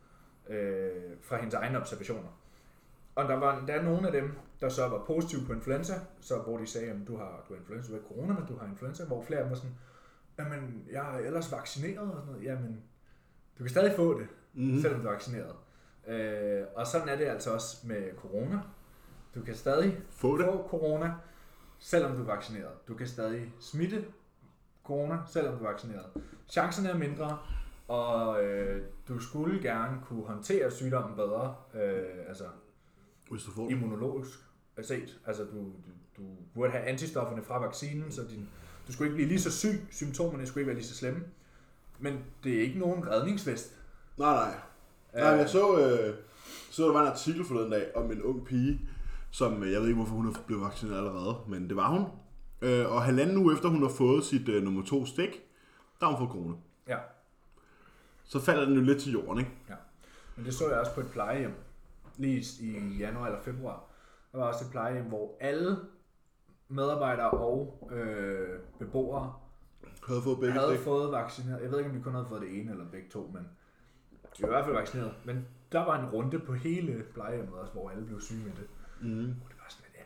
fra hendes egne observationer. Og der er nogle af dem, der så var positive på influenza, så hvor de sagde, at du har influenza, du har ikke corona, men du har influenza, hvor flere af dem var sådan, jamen, jeg er ellers vaccineret og sådan noget. Jamen, du kan stadig få det, selvom du er vaccineret. Og sådan er det altså også med corona. Du kan stadig få corona, selvom du er vaccineret. Du kan stadig smitte corona, selvom du er vaccineret. Chancerne er mindre, og du skulle gerne kunne håndtere sygdommen bedre, altså hvis du får immunologisk set. Altså du burde have antistofferne fra vaccinen, så du skulle ikke blive lige så syg, symptomerne skulle ikke være lige så slemme. Men det er ikke nogen redningsvest. Nej. Jeg så der var en artikel forleden dag om en ung pige, som jeg ved ikke hvorfor hun er blevet vaccineret allerede, men det var hun. Og 1,5 uge efter hun har fået sit nummer 2 stik, der har hun fået corona. Ja. Så falder den jo lidt til jorden, ikke? Ja. Men det så jeg også på et plejehjem, lige i januar eller februar. Der var også et plejehjem, hvor alle medarbejdere og beboere havde fået vaccineret. Jeg ved ikke, om de kun havde fået det ene eller begge to, men de var i hvert fald vaccineret. Men der var en runde på hele plejehjemmet også, hvor alle blev syge med det. Og det var sådan, ja.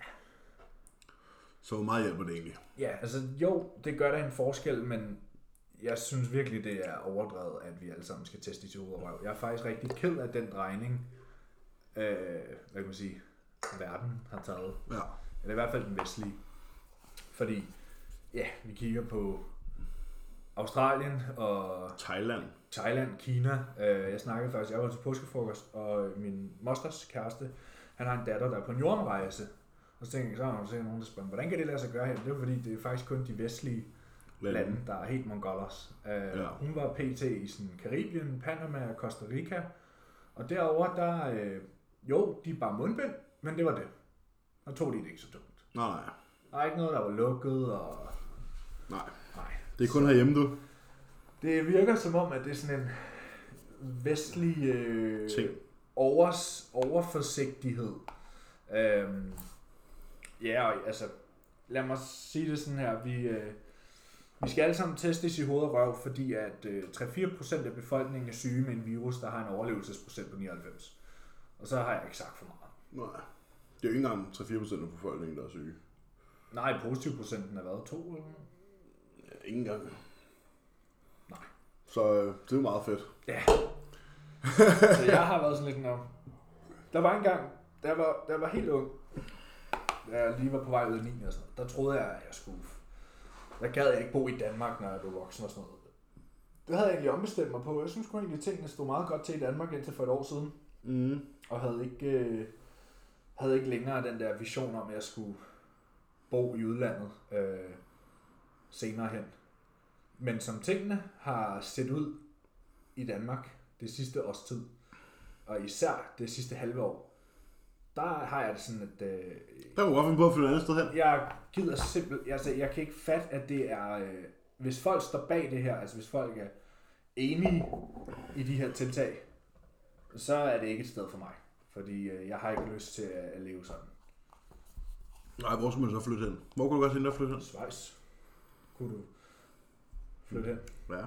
Så hvor meget hjælper det egentlig? Ja, altså jo, det gør der en forskel, men jeg synes virkelig, det er overdrevet, at vi alle sammen skal teste i hoved og røv. Jeg er faktisk rigtig ked af den drejning, hvad kan man sige, verden har taget. Ja. Eller i hvert fald den vestlige. Fordi, ja, vi kigger på Australien og Thailand, Kina. Jeg snakkede faktisk, jeg var til påskefrokost, og min mosters kæreste, han har en datter, der er på en jordomrejse. Og så tænkte jeg, så har jeg nogen, der spørger, hvordan kan det lade sig gøre her? Det er fordi, det er faktisk kun de vestlige lande, der er helt mongollers. Hun var pt. I sådan Karibien, Panama og Costa Rica. Og derovre, der, jo, de er bare mundbind, men det var det. Og tog de det ikke så tungt. Nej. Der er ikke noget, der var lukket, og... Nej. Det er kun herhjemme, du. Det virker som om, at det er sådan en vestlig ting. Overforsigtighed. Altså, lad mig sige det sådan her. Vi skal alle sammen testes i hoved og røv, fordi at 3-4% af befolkningen er syge med en virus, der har en overlevelsesprocent på 99. Og så har jeg ikke sagt for meget. Nej. Det er jo ikke engang 3-4% af befolkningen, der er syge. Nej, positivprocenten er været 2 eller noget? Ja, ikke engang. Nej. Så det er jo meget fedt. Ja. Så jeg har været sådan lidt Der var en gang, da jeg var helt ung, da jeg lige var på vej ud af 9. og sådan, der troede jeg, at jeg skulle... Der gad jeg ikke bo i Danmark, når jeg blev voksen og sådan noget. Det havde jeg egentlig ombestemt mig på. Jeg synes egentlig, at tingene stod meget godt til i Danmark indtil for et år siden. Mm. Og havde ikke længere den der vision om, at jeg skulle bo i udlandet senere hen. Men som tingene har set ud i Danmark det sidste års tid, og især det sidste halve år, der har jeg det sådan, at... Der må godt finde på at flytte et andet sted hen. Jeg gider simpelthen... Altså, jeg kan ikke fatte, at det er... hvis folk står bag det her, altså hvis folk er enige i de her tiltag, så er det ikke et sted for mig. Fordi jeg har ikke lyst til at leve sådan. Nej, hvor skal man så flytte hen? Hvor kunne du godt tænke dig at flytte hen? Schweiz. Kunne du flytte hen? Ja.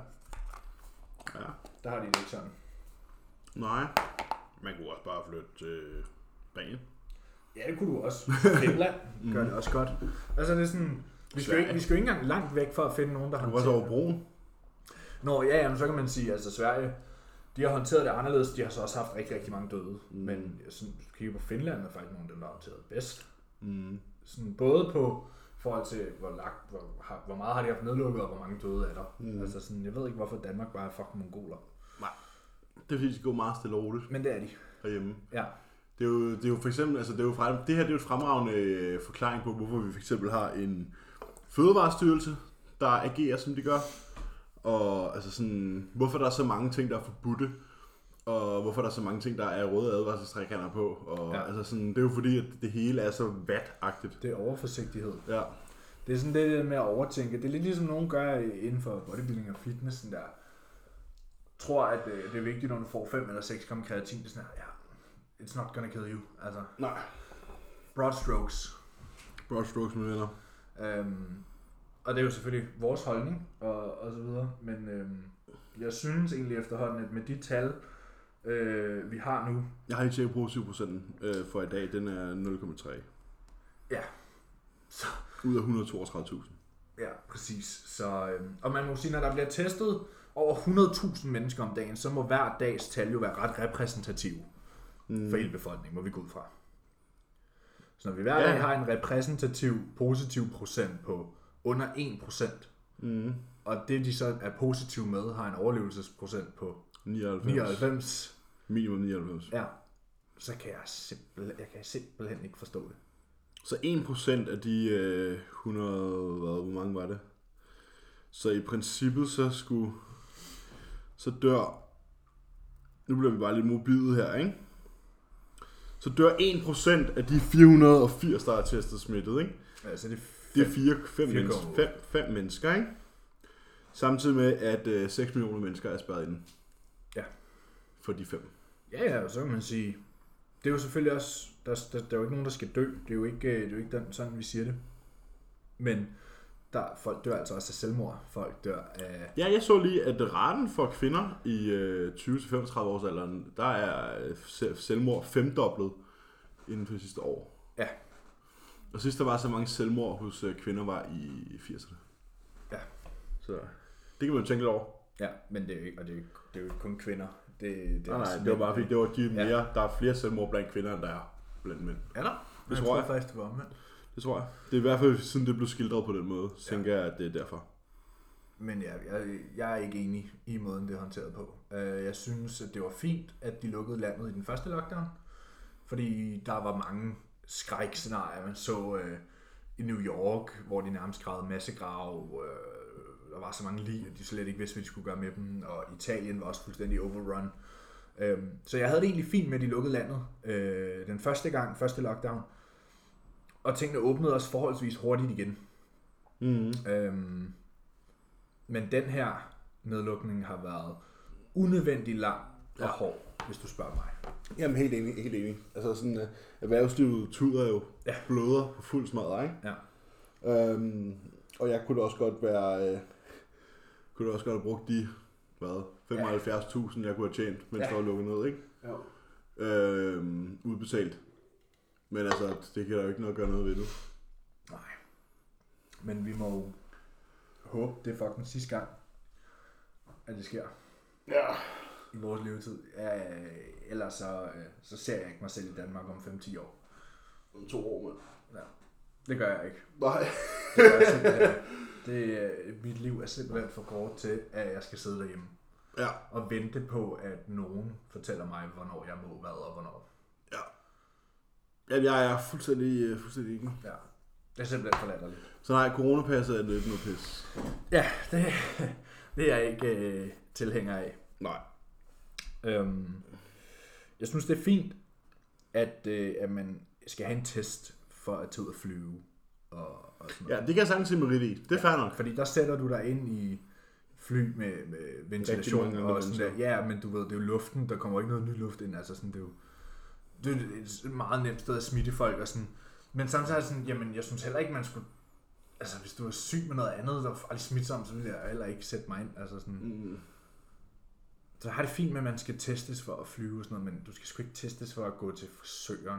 Der har de det ikke sådan. Nej. Man kunne også bare flytte til Spanien. Ja, det kunne du også. Finland gør det også godt. Altså det er sådan... Vi skal jo ikke engang langt væk for at finde nogen, der har håndteret det. Du var over broen. Nå, ja, men så kan man sige, altså Sverige, de har håndteret det anderledes. De har så også haft rigtig, rigtig mange døde. Men sådan, hvis du kigger på Finland, er faktisk nogle af dem, der har håndteret det bedst. Sådan, både på forhold til, hvor meget har de haft nedlukket, og hvor mange døde er der. Altså sådan, jeg ved ikke, hvorfor Danmark bare er fucking mongoler. Nej. Det er fordi, de går meget stille og roligt. Men det er de. Herhjemme. Ja. Det er jo for eksempel, altså det her det er jo et fremragende forklaring på, hvorfor vi for eksempel har en fødevarestyrelse, der agerer, som de gør. Og altså sådan, hvorfor der er så mange ting, der er forbudte, og hvorfor der er så mange ting, der er røde advarselstrækander på. Og altså sådan, det er jo fordi, at det hele er så vatagtigt. Det er overforsigtighed. Ja. Det er sådan det med at overtænke. Det er lidt ligesom nogen gør inden for bodybuilding og fitnessen der. Tror, at det er vigtigt, når du får 5 eller 6 gram kreatin. Det er sådan her, it's not gonna kill you. Altså. Nej. Broad strokes. Broad strokes, med venner. Og det er jo selvfølgelig vores holdning, og så videre. Men jeg synes egentlig efterhånden, at med de tal, vi har nu... Jeg har ikke tjekket på 7% for i dag. Den er 0,3. Ja. Så. Ud af 132.000. Ja, præcis. Så, og man må sige, når der bliver testet over 100.000 mennesker om dagen, så må hver dags tal jo være ret repræsentativ for hele befolkningen, må vi gå ud fra. Så når vi hver dag har en repræsentativ positiv procent på under 1%, og det de så er positive med, har en overlevelsesprocent på 99. Minimum 99. Ja, så kan jeg simpelthen ikke forstå det. Så 1% af de 100, hvor mange var det? Så i princippet så dør, nu bliver vi bare lidt mobile her, ikke? Så dør 1% af de 480, der er testet smittet, ikke? Altså det er 5 mennesker, ikke? Samtidig med, at 6 millioner mennesker er spærret inde. Ja. For de 5. Ja, så kan man sige, det er jo selvfølgelig også, der er jo ikke nogen, der skal dø. Det er jo ikke sådan, vi siger det. Men folk dør altså også af selvmord. Folk dør af... Ja, jeg så lige, at raten for kvinder i 20-35 års alderen, der er selvmord 5-doblet inden for det sidste år. Ja. Og sidst der var så mange selvmord hos kvinder var i 80'erne. Ja. Så det kan man jo tænke lidt over. Ja, men det er jo ikke, og det er jo ikke kun kvinder. Nej, det var bare fordi, det var de mere, der er flere selvmord blandt kvinder, end der er blandt mænd. Er der? Det tror jeg. Faktisk, det var omvendt. Det tror jeg. Det er i hvert fald, siden det blev skildret på den måde, så tænker jeg, at det er derfor. Men jeg er ikke enig i måden, det er håndteret på. Jeg synes, at det var fint, at de lukkede landet i den første lockdown. Fordi der var mange skrækscenarier. Man så i New York, hvor de nærmest gravede massegrave. Der var så mange lig, at de slet ikke vidste, hvad de skulle gøre med dem. Og Italien var også fuldstændig overrun. Så jeg havde det egentlig fint med, at de lukkede landet. Den første lockdown. Og tingene åbnede også forholdsvis hurtigt igen. Men den her nedlukning har været unødvendig lang og hård, hvis du spørger mig. Jamen helt enig. Altså sådan, erhvervslivet tuder jo bløder på fuld smadret, ikke? Ja. Og jeg kunne da også godt være, have brugt de, 75.000, jeg kunne have tjent, mens der var lukket ned, ikke? Jo. Udbetalt. Men altså, det kan der jo ikke noget gøre noget ved nu. Nej. Men vi må jo håbe, det er fucking sidste gang, at det sker. Ja. I vores levetid. Ellers så ser jeg ikke mig selv i Danmark om 5-10 år. Om 2 år, mand. Ja. Det gør jeg ikke. Nej. Det gør jeg simpelthen. Mit liv er simpelthen for kort til, at jeg skal sidde derhjemme. Ja. Og vente på, at nogen fortæller mig, hvornår jeg må hvad og hvornår. Ja. Jamen, jeg er fuldstændig enig. Ja. Det er simpelthen for latterligt. Så nej, coronapasset er lidt noget pis. Ja, det er jeg ikke tilhænger af. Nej. Jeg synes, det er fint, at man skal have en test for at tage ud og flyve. Og sådan noget. Ja, det kan jeg sagtens se merit i. Det er fair nok. Fordi der sætter du dig ind i fly med ventilation og sådan der. Ja, men du ved, det er jo luften, der kommer ikke noget ny luft ind. Altså sådan, det er jo et meget nemt sted at smitte folk og sådan. Men samtidig er det sådan, jamen jeg synes heller ikke, man skulle... Altså hvis du er syg med noget andet, der er farligt smitsomt, så vil jeg heller ikke sætte mig ind. Altså sådan... Så har det fint med, at man skal testes for at flyve og sådan noget, men du skal sgu ikke testes for at gå til frisøren.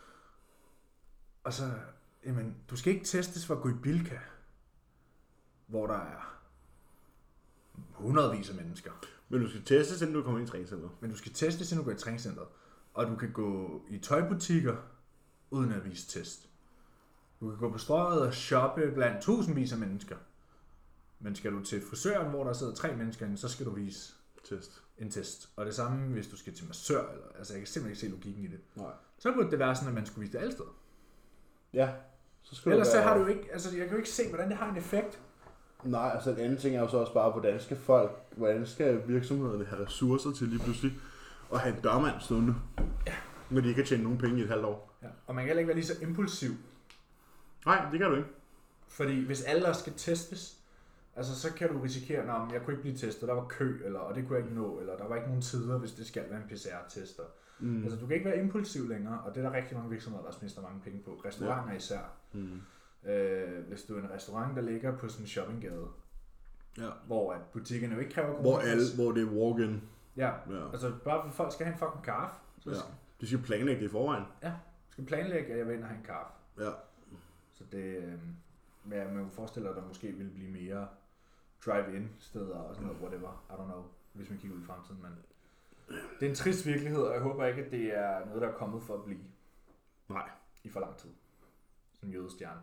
Og så... Jamen, du skal ikke testes for at gå i Bilka, hvor der er hundredvis af mennesker. Men du skal testes, inden du kommer ind i træningscenteret. Men du skal testes, inden du går i træningscenteret. Og du kan gå i tøjbutikker, uden at vise test. Du kan gå på strøget og shoppe blandt tusindvis af mennesker. Men skal du til frisøren, hvor der sidder 3 mennesker, så skal du vise en test. Og det samme, hvis du skal til massør. Altså, jeg kan simpelthen ikke se logikken i det. Nej. Så burde det være sådan, at man skulle vise det alle steder. Ja. Ellers så har du ikke, altså jeg kan jo ikke se, hvordan det har en effekt. Nej, altså en anden ting er jo så også bare, hvordan skal virksomhederne have ressourcer til lige pludselig at have en dørmand stående, når de ikke kan tjene nogen penge i et halvt år. Ja. Og man kan heller ikke være lige så impulsiv. Nej, det kan du ikke. Fordi hvis alle skal testes, altså så kan du risikere, at jeg kunne ikke blive testet, der var kø, og det kunne jeg ikke nå, eller der var ikke nogen tider, hvis det skal være en PCR-test. Altså du kan ikke være impulsiv længere, og det er der rigtig mange virksomheder, der smister mange penge på. Restauranter især. Hvis du er en restaurant, der ligger på sådan en shoppinggade, hvor at butikkerne jo ikke kræver hvor det er walk-in. Ja, altså bare for folk skal have en fucking kaffe. Så de skal planlægge det i forvejen. Ja, skal planlægge, at jeg vil ind og have en kaffe. Ja. Så det, man kan forestille dig, at der måske ville blive mere drive-in steder og sådan noget, whatever, I don't know, hvis man kigger ud i fremtiden, men det er en trist virkelighed, og jeg håber ikke, at det er noget, der er kommet for at blive. Nej. I for lang tid. Som jødestjerne.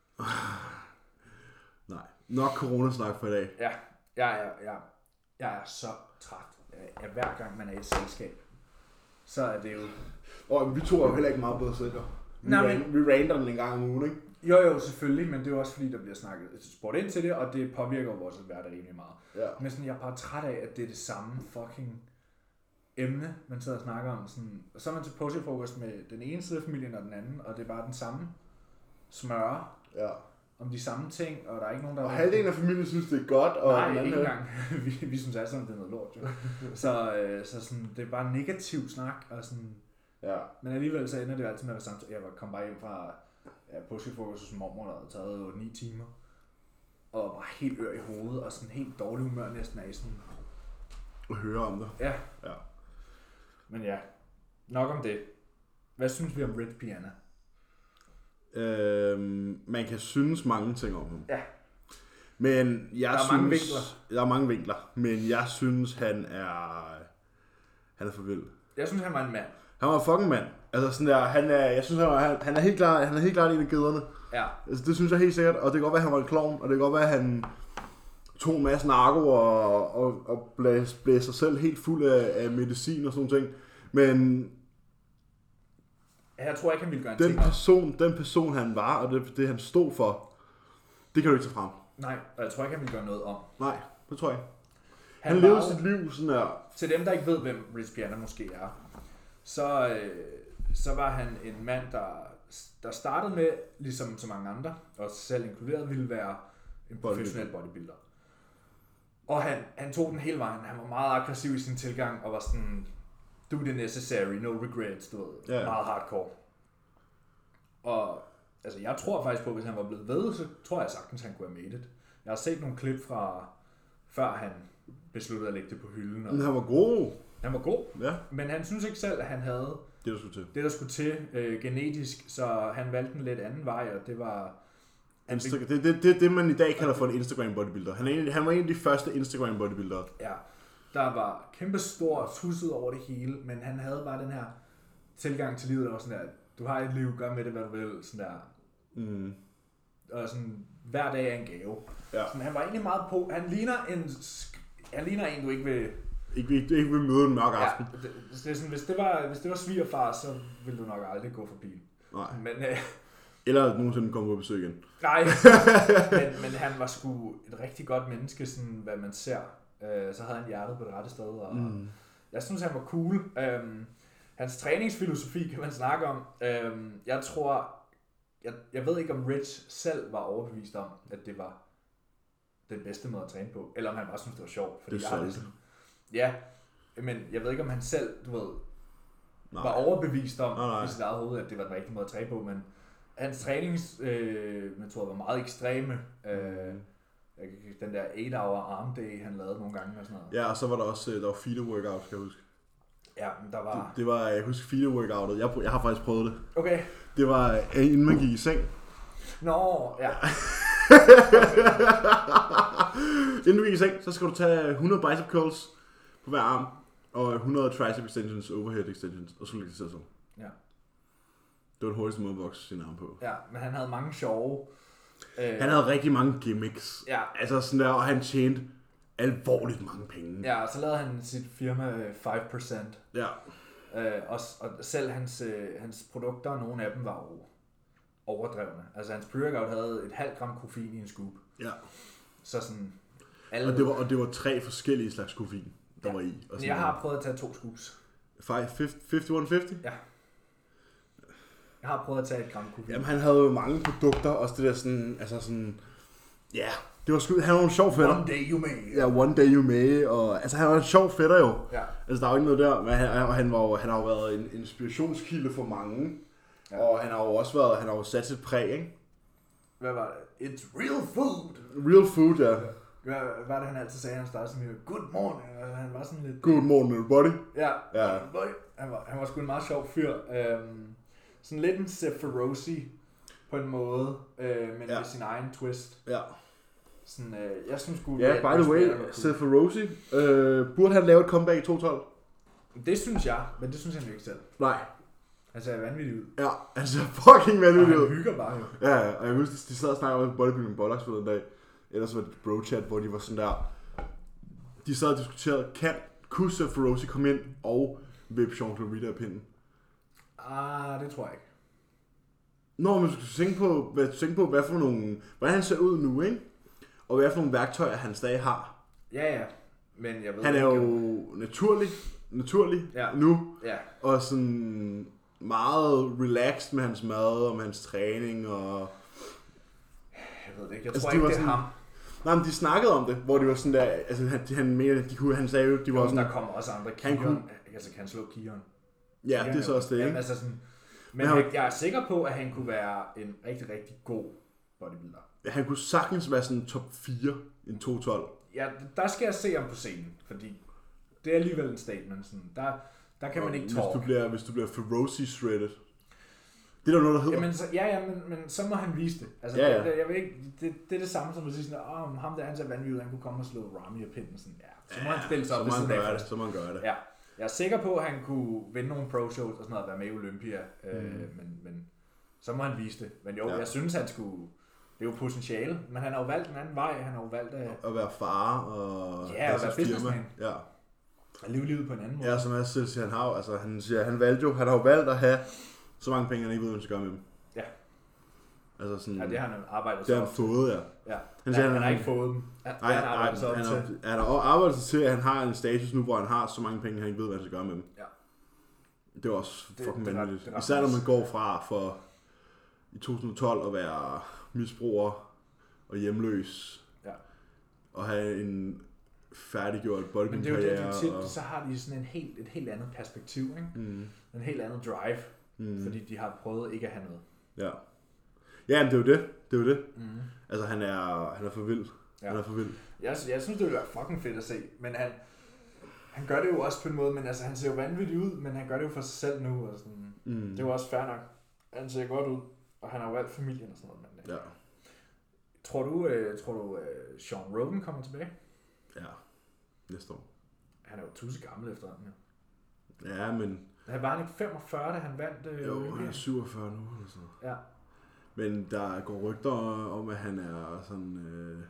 Nej. Nok coronasnak for i dag. Ja, jeg er så træt af hver gang man er i et selskab. Så er det jo... Og vi to er jo heller ikke meget bedre sikker. Vi rander den en gang om ugen, ikke? Jo, selvfølgelig, men det er jo også fordi, der bliver snakket spurgt ind til det, og det påvirker vores hverdag rimelig meget. Ja. Men sådan, jeg er bare træt af, at det er det samme fucking emne, man sidder og snakker om. Sådan, og så er man til påskefrokost med den ene side af familien og den anden, og det er bare den samme smøre om de samme ting, og der er ikke nogen, der... Og halvdelen af familien synes, det er godt, og... Nej, ikke engang. vi synes alle sammen, det er noget lort, jo. så sådan, det er bare negativ snak, og sådan... Ja. Men alligevel så ender det altid med at være samtidig. Jeg kom bare hjem fra påskefrokost hos mormor, der havde taget 8-9 timer, og var bare helt ør i hovedet, og sådan helt dårlig humør næsten af sådan... At høre om det. Ja. Men ja, nok om det. Hvad synes vi om Rich Piana? Man kan synes mange ting om ham. Ja. Men jeg synes... mange vinkler. Der er mange vinkler. Men jeg synes, han er for vild. Jeg synes, han var en mand. Han var fucking mand. Altså sådan der, jeg synes, han er helt klart en af gederne. Ja. Altså det synes jeg helt sikkert. Og det kan godt være, at han var en klovn. Og det kan godt være, at han tog en masse narko og blæste sig selv helt fuld af medicin og sådan ting. Men... Jeg tror ikke, han ville gøre en den person han var, og det han stod for, det kan du ikke tage frem. Nej, og jeg tror ikke, han ville gøre noget om. Nej, det tror jeg ikke. Han levede sit liv sådan her. Til dem, der ikke ved, hvem Rich Piana måske er, så var han en mand, der der startede med, ligesom så mange andre, og selv inkluderet, ville være en professionel bodybuilder. Og han tog den hele vejen. Han var meget aggressiv i sin tilgang, og var sådan, do the necessary, no regrets, du ved. Meget hardcore. Og altså, jeg tror faktisk på, at hvis han var blevet ved, så tror jeg sagtens, han kunne have made it. Jeg har set nogle klip fra, før han besluttede at lægge det på hylden. Men han var god. Han var god, ja. Men han synes ikke selv, at han havde det, der skulle til genetisk, så han valgte en lidt anden vej, og det var... Det man i dag kalder for en Instagram bodybuilder. Han var en af de første Instagram bodybuildere. Ja, der var kæmpe stor tusset over det hele, men han havde bare den her tilgang til livet, der var sådan der, du har et liv, gør med det, hvad du vil, sådan der. Og sådan, hver dag er en gave. Ja. Sådan, han var egentlig meget på, han ligner en, du ikke vil... Ikke vil møde en mørk aften. Ja, det er sådan, hvis det var svigerfar, så ville du nok aldrig gå forbi. Nej. Men, eller nogensinde komme på besøg igen. Nej, men han var sgu et rigtig godt menneske, sådan hvad man ser. Så havde han hjertet på det rette sted, og jeg synes, han var cool. Hans træningsfilosofi kan man snakke om. Jeg tror, jeg ved ikke, om Rich selv var overbevist om, at det var den bedste måde at træne på, eller om han bare synes, det var sjovt. Fordi det er sådan, ja, men jeg ved ikke, om han selv, du ved, var overbevist om i sit eget hoved, at det var den rigtige måde at træne på, men hans træningsmetoder var meget ekstreme. Den der 8-hour arm day, han lavede nogle gange og sådan noget. Ja, og så var der også der var feeder workout, skal jeg huske. Ja, men der var... Det var, jeg husker feeder workoutet. Jeg har faktisk prøvet det. Okay. Det var, inden man gik i seng. Nå, ja. Inden du gik i seng, så skal du tage 100 bicep curls på hver arm, og 100 tricep extensions, overhead extensions, og så lægge det til sådan. Ja. Det var den hurtigste måde at vokse sin arm på. Ja, men han havde mange sjove... Han havde rigtig mange gimmicks. Ja. Altså sådan der, og han tjente alvorligt mange penge. Ja, og så lavede han sit firma 5%. Ja. Og selv hans produkter, nogle af dem var jo overdrevne. Altså hans pre-workout havde et halvt gram koffein i en scoop. Ja. Så sådan... Og det var 3 forskellige slags koffein, der var i. Og jeg har prøvet at tage 2 scoops. 5150? Ja. Jeg har prøvet at tage 1 gram koffein. Jamen han havde jo mange produkter, også det der sådan, altså sådan, ja, det var sgu, han var en sjov fætter. One day you may. Ja, one day you may, og altså han var en sjov fætter jo. Ja. Altså der er jo ikke noget der, men han har jo været en inspirationskilde for mange, ja. Og han har jo også været, han har jo sat sit præg, ikke? Hvad var det? It's real food. Real food, ja. Hvad var det, han altid sagde, han startede sådan lidt, good morning, altså, han var sådan lidt... Good morning, everybody. Ja. Han var sgu en meget sjov fyr. Sådan lidt en Seth Ferozi på en måde, men med sin egen twist. Ja. Sådan, jeg synes sgu... Ja, by the way, Seth Ferozi, burde han lave et comeback i 2012? Det synes jeg, men det synes han jo ikke selv. Nej. Han ser vanvittig ud. Ja, han ser fucking vanvittig ud. Og han hygger bare jo. Ja, og jeg husker, de sad og snakkede om Bodybuilding Bollocks for den dag. Ellers var det bro-chat, hvor de var sådan der... De sad og diskuterede, kunne Seth Ferozi komme ind og vippe Sean Clarita af pinden? Det tror jeg ikke. Nå, men du skal tænke på, hvad for nogle... Hvordan han ser ud nu, ikke? Og hvad for nogle værktøjer han stadig har. Ja. Men jeg ved han er jo naturlig nu. Ja. Og sådan meget relaxed med hans mad og med hans træning og... Jeg ved det ikke. Jeg tror ikke, det er ham. Nej, men de snakkede om det, hvor de var sådan der... Altså, han mente, han sagde jo, de var sådan... Der kommer også andre Kion. Altså, kan han slå Kion? Ja, det er så også det, ikke? Jamen, altså sådan... Men jeg er sikker på, at han kunne være en rigtig, rigtig god bodybuilder. Ja, han kunne sagtens være sådan top 4 i en 212. Ja, der skal jeg se ham på scenen, fordi det er alligevel en statement. Sådan. Der kan man ikke talk. Hvis du bliver Ferozi shredded. Det er der noget, der hedder. Jamen, men så må han vise det. Altså, ja. Jeg ved ikke, det er det samme som at sige sådan, ham der, han ser vanvittig ud, han kunne komme og slå Rami af pinden. Sådan, så må han spille sig op. Så må han gøre det. Ja. Jeg er sikker på, at han kunne vinde nogle pro-shows og sådan noget, være med i Olympia, men så må han vise det. Men jo, jeg synes, han skulle... Det er jo potentiale, men han har jo valgt en anden vej. Han har jo valgt at være far og... Ja, at være businessman. Ja. At leve livet på en anden måde. Ja, som jeg selv siger, han har jo... Altså, han har jo valgt at have så mange penge, han ikke ved, hvad han skal gøre med dem. Ja. Altså sådan... Ja, det har han arbejdet sig op til. Det har han fået, ja. Han har ikke fået dem. Han har arbejdet sig til, at han har en status nu, hvor han har så mange penge, han ikke ved, hvad han skal gøre med dem. Ja. Det er også fucking vanvittigt. Især når man går fra for i 2012 at være misbruger og hjemløs. Ja. Og have en færdiggjort Men det er jo boldkarriere. det, tit, så har de sådan et helt andet perspektiv, ikke? En helt andet drive, fordi de har prøvet ikke at have noget. Ja. Ja, men det er jo det. Altså, han er for vild. Ja. Han er for vild. Jeg synes, det ville være fucking fedt at se, men han gør det jo også på en måde, men altså, han ser jo vanvittig ud, men han gør det jo for sig selv nu, og sådan. Det er jo også fair nok. Han ser godt ud, og han har jo valgt familien og sådan noget. Men, ja. Tror du, Sean Roden kommer tilbage? Ja, næste år. Han er jo tusind gammel efterhånden, ja. Ja, men... Han var han ikke 45, da han vandt? Jo, han er 47 nu, eller sådan. Ja. Men der går rygter om, at han er sådan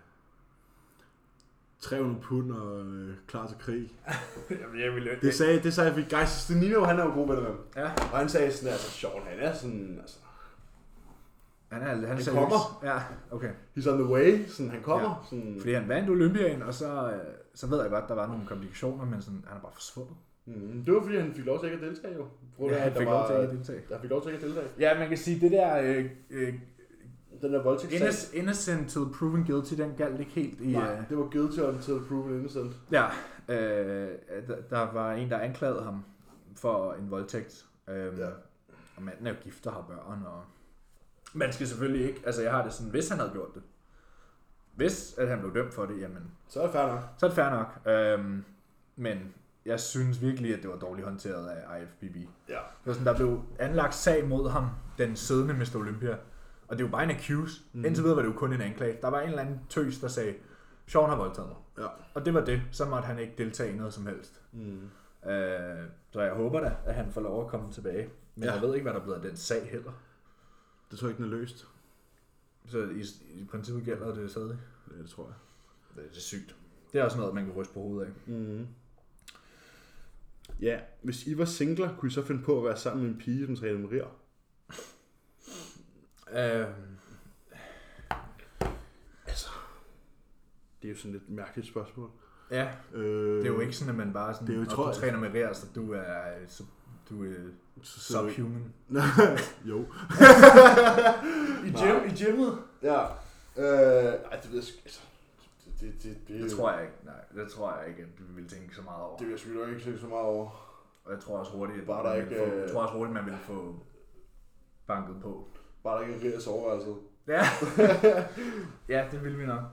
300 pund og klar til krig. Jamen, det sagde vi. Guys, Stenino, han er jo god med det med. Ja. Og han sagde sådan, altså, Sean, han er sådan, altså... Han kommer. Ja, okay. He's on the way, sådan, han kommer. Ja. Sådan... Fordi han vandt Olympiaen, og så ved jeg godt, der var nogle komplikationer, men sådan, han er bare forsvundet. Det var fordi, han fik lov til ikke at deltage, jo. Han fik lov til ikke at deltage. Der fik lov til ikke at deltage. Ja, man kan sige, det der... den der voldtægtssag. Innocent till proven guilty, den galt ikke helt i... Nej, det var guilty until proven innocent. Ja, der var en, der anklagede ham for en voldtægt. Og manden er jo gift og har børn, og... Man skal selvfølgelig ikke... Altså, jeg har det sådan, hvis han havde gjort det. Hvis at han blev dømt for det, jamen... Så er det fair nok. Så er det fair nok. Men jeg synes virkelig, at det var dårligt håndteret af IFBB. Ja. Det var sådan, der blev anlagt sag mod ham, den siddende Mr. Olympia. Og det var bare en accuse. Indtil videre var det jo kun en anklage. Der var en eller anden tøs, der sagde, Sean har voldtaget mig. Ja. Og det var det. Så måtte han ikke deltage i noget som helst. Så jeg håber da, at han får lov at komme tilbage. Men jeg ved ikke, hvad der er blevet af den sag heller. Det tror jeg ikke, den er løst. Så i princippet gælder det stadig? Ja, det tror jeg. Det er sygt. Det er også noget, man kan ryste på hovedet af. Ja, hvis I var singler, kunne I så finde på at være sammen med en pige, som træner med rier? Altså, det er jo sådan et mærkeligt spørgsmål. Ja, det er jo ikke sådan, at man bare sådan, det er jo, du træner med rier, så du er subhuman. Jo. I gymmet? Ja. Ej, det ved jeg altså, det tror jeg ikke. Nej, det tror jeg ikke, at du vil tænke så meget over. Det vil jeg selvfølgelig ikke tænke så meget over. Og jeg tror også hurtigt, at bare man vil få banket på. Bare der ikke er rigs overværelset. Ja. Ja, det vil vi nok.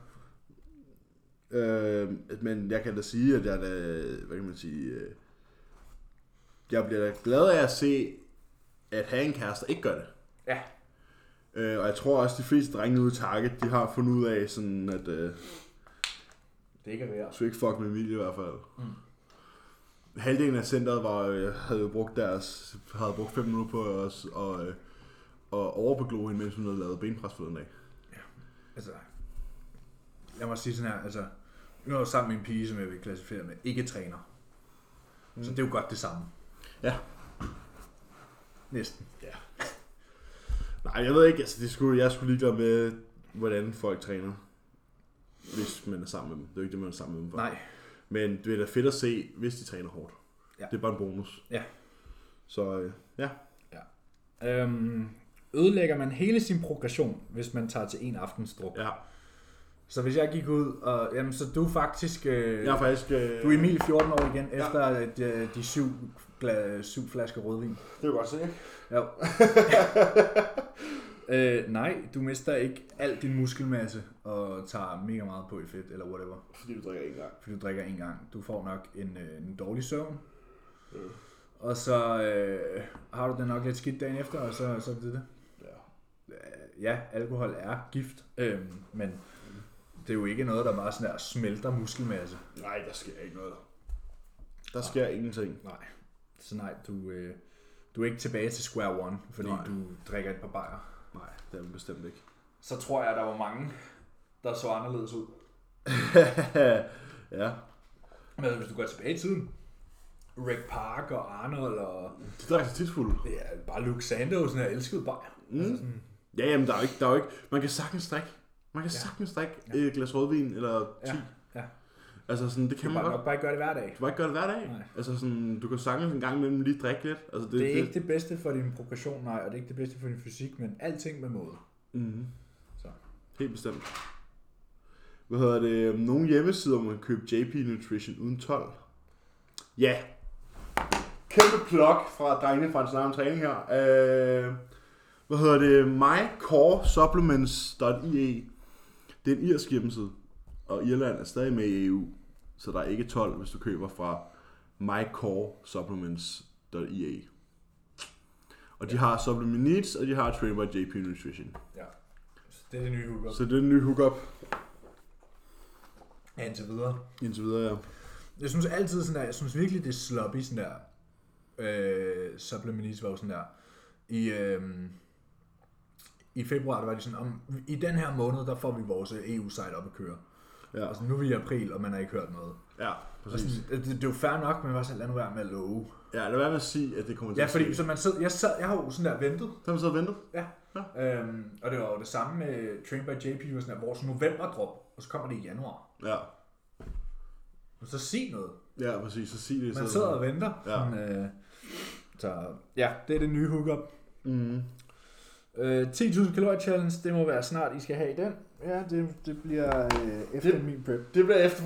Men jeg kan da sige, at jeg da, hvad kan man sige, jeg bliver da glad af at se, at have en kæreste ikke gør det. Ja. Og jeg tror også, at de fleste drenge ude i Target, de har fundet ud af sådan, at det ikke er værd. Så ikke fuck med Emilie i hvert fald. Halvdelen af centret havde brugt 5 minutter på os og overbeglo hende, mens hun havde lavet benpres forleden dag. Ja, altså, lad mig sige sådan her, altså, nu er jeg sammen med en pige, som jeg vil klassificere med ikke-træner. Så det er jo godt det samme. Ja. Næsten. Ja. Nej, jeg ved ikke, altså jeg skulle ligeglad med, hvordan folk træner, hvis man er sammen med dem. Det er jo ikke det, man er sammen med dem for. Nej. Men det er da fedt at se, hvis de træner hårdt. Ja. Det er bare en bonus. Ja. Så ja. Ødelægger man hele sin progression, hvis man tager til en aftensdruk? Ja. Så hvis jeg gik ud, og jamen, så du er faktisk... jeg er faktisk... du er Emil 14 år igen, efter de 7 flasker rødvin. Det er jo godt se, ikke? Jo. Nej, du mister ikke al din muskelmasse og tager mega meget på i fedt, eller whatever. Fordi du drikker én gang. Fordi du drikker én gang. Du får nok en dårlig søvn. Og så har du det nok lidt skidt dagen efter, og så er det det. Ja, alkohol er gift, men det er jo ikke noget, der bare sådan der smelter muskelmasse. Nej, der sker ikke noget. Der sker ingenting. Nej. Så nej, du er ikke tilbage til square one, fordi du drikker et par bajer. Nej, det er man bestemt ikke. Så tror jeg, der var mange, der så anderledes ud. Ja. Men hvis du går tilbage i tiden, Rick Park og Arnold og... De drikker sig tit fulde. Ja, bare Luke Sandow, sådan her elskede bajer. Altså sådan... Ja, jamen der er jo ikke... Man kan sagtens drikke. Et glas rødvin eller 10. Ja. Altså sådan, det kan man godt. Du kan bare ikke gøre det hver dag. Du kan ikke gøre det hver dag. Nej. Altså sådan, du kan sagtens en gang imellem lige drikke lidt. Altså, det er ikke det bedste for din progression, nej, og det er ikke det bedste for din fysik, men alting med måde. Mhm. Så. Helt bestemt. Hvad hedder det? Nogle hjemmesider, hvor man kan købe JP Nutrition uden 12. Ja. Kæmpe plug fra drengene fra en snarere træning her. Hvad hedder det? mycoresupplements.ie. Det er en irsk hjemmeside. Og Irland er stadig med i EU. Så der er ikke 12, hvis du køber fra mycoresupplements.ie. Og de har Supplement Needs, og de har Train by JP Nutrition. Ja. Så det er det nye hookup. Så det er det nye hookup. Ja, indtil videre. Indtil videre, ja. Jeg synes altid sådan der, jeg synes virkelig det er sloppy sådan der. Supplement Needs var jo sådan der. I februar, der var de sådan, i den her måned, der får vi vores EU-site op at køre. Ja. Altså nu er vi i april, og man har ikke hørt noget. Ja, præcis. Sådan, det er jo fair nok, men lad nu være med at love. Ja, lad være med at sige, at det kommer til at ske. Ja, fordi så man jeg har jo sådan der ventet. Så har man så ventet? Ja. Og det var jo det samme med Train by JP, var sådan der, vores november-drop, og så kommer det i januar. Ja. Så sig noget. Ja, præcis, så sig det. Man sidder og venter. Ja. Så ja, det er det nye hookup. 10.000 kalorier challenge, det må være snart, I skal have den. Ja, det bliver efter min prep. Det bliver efter.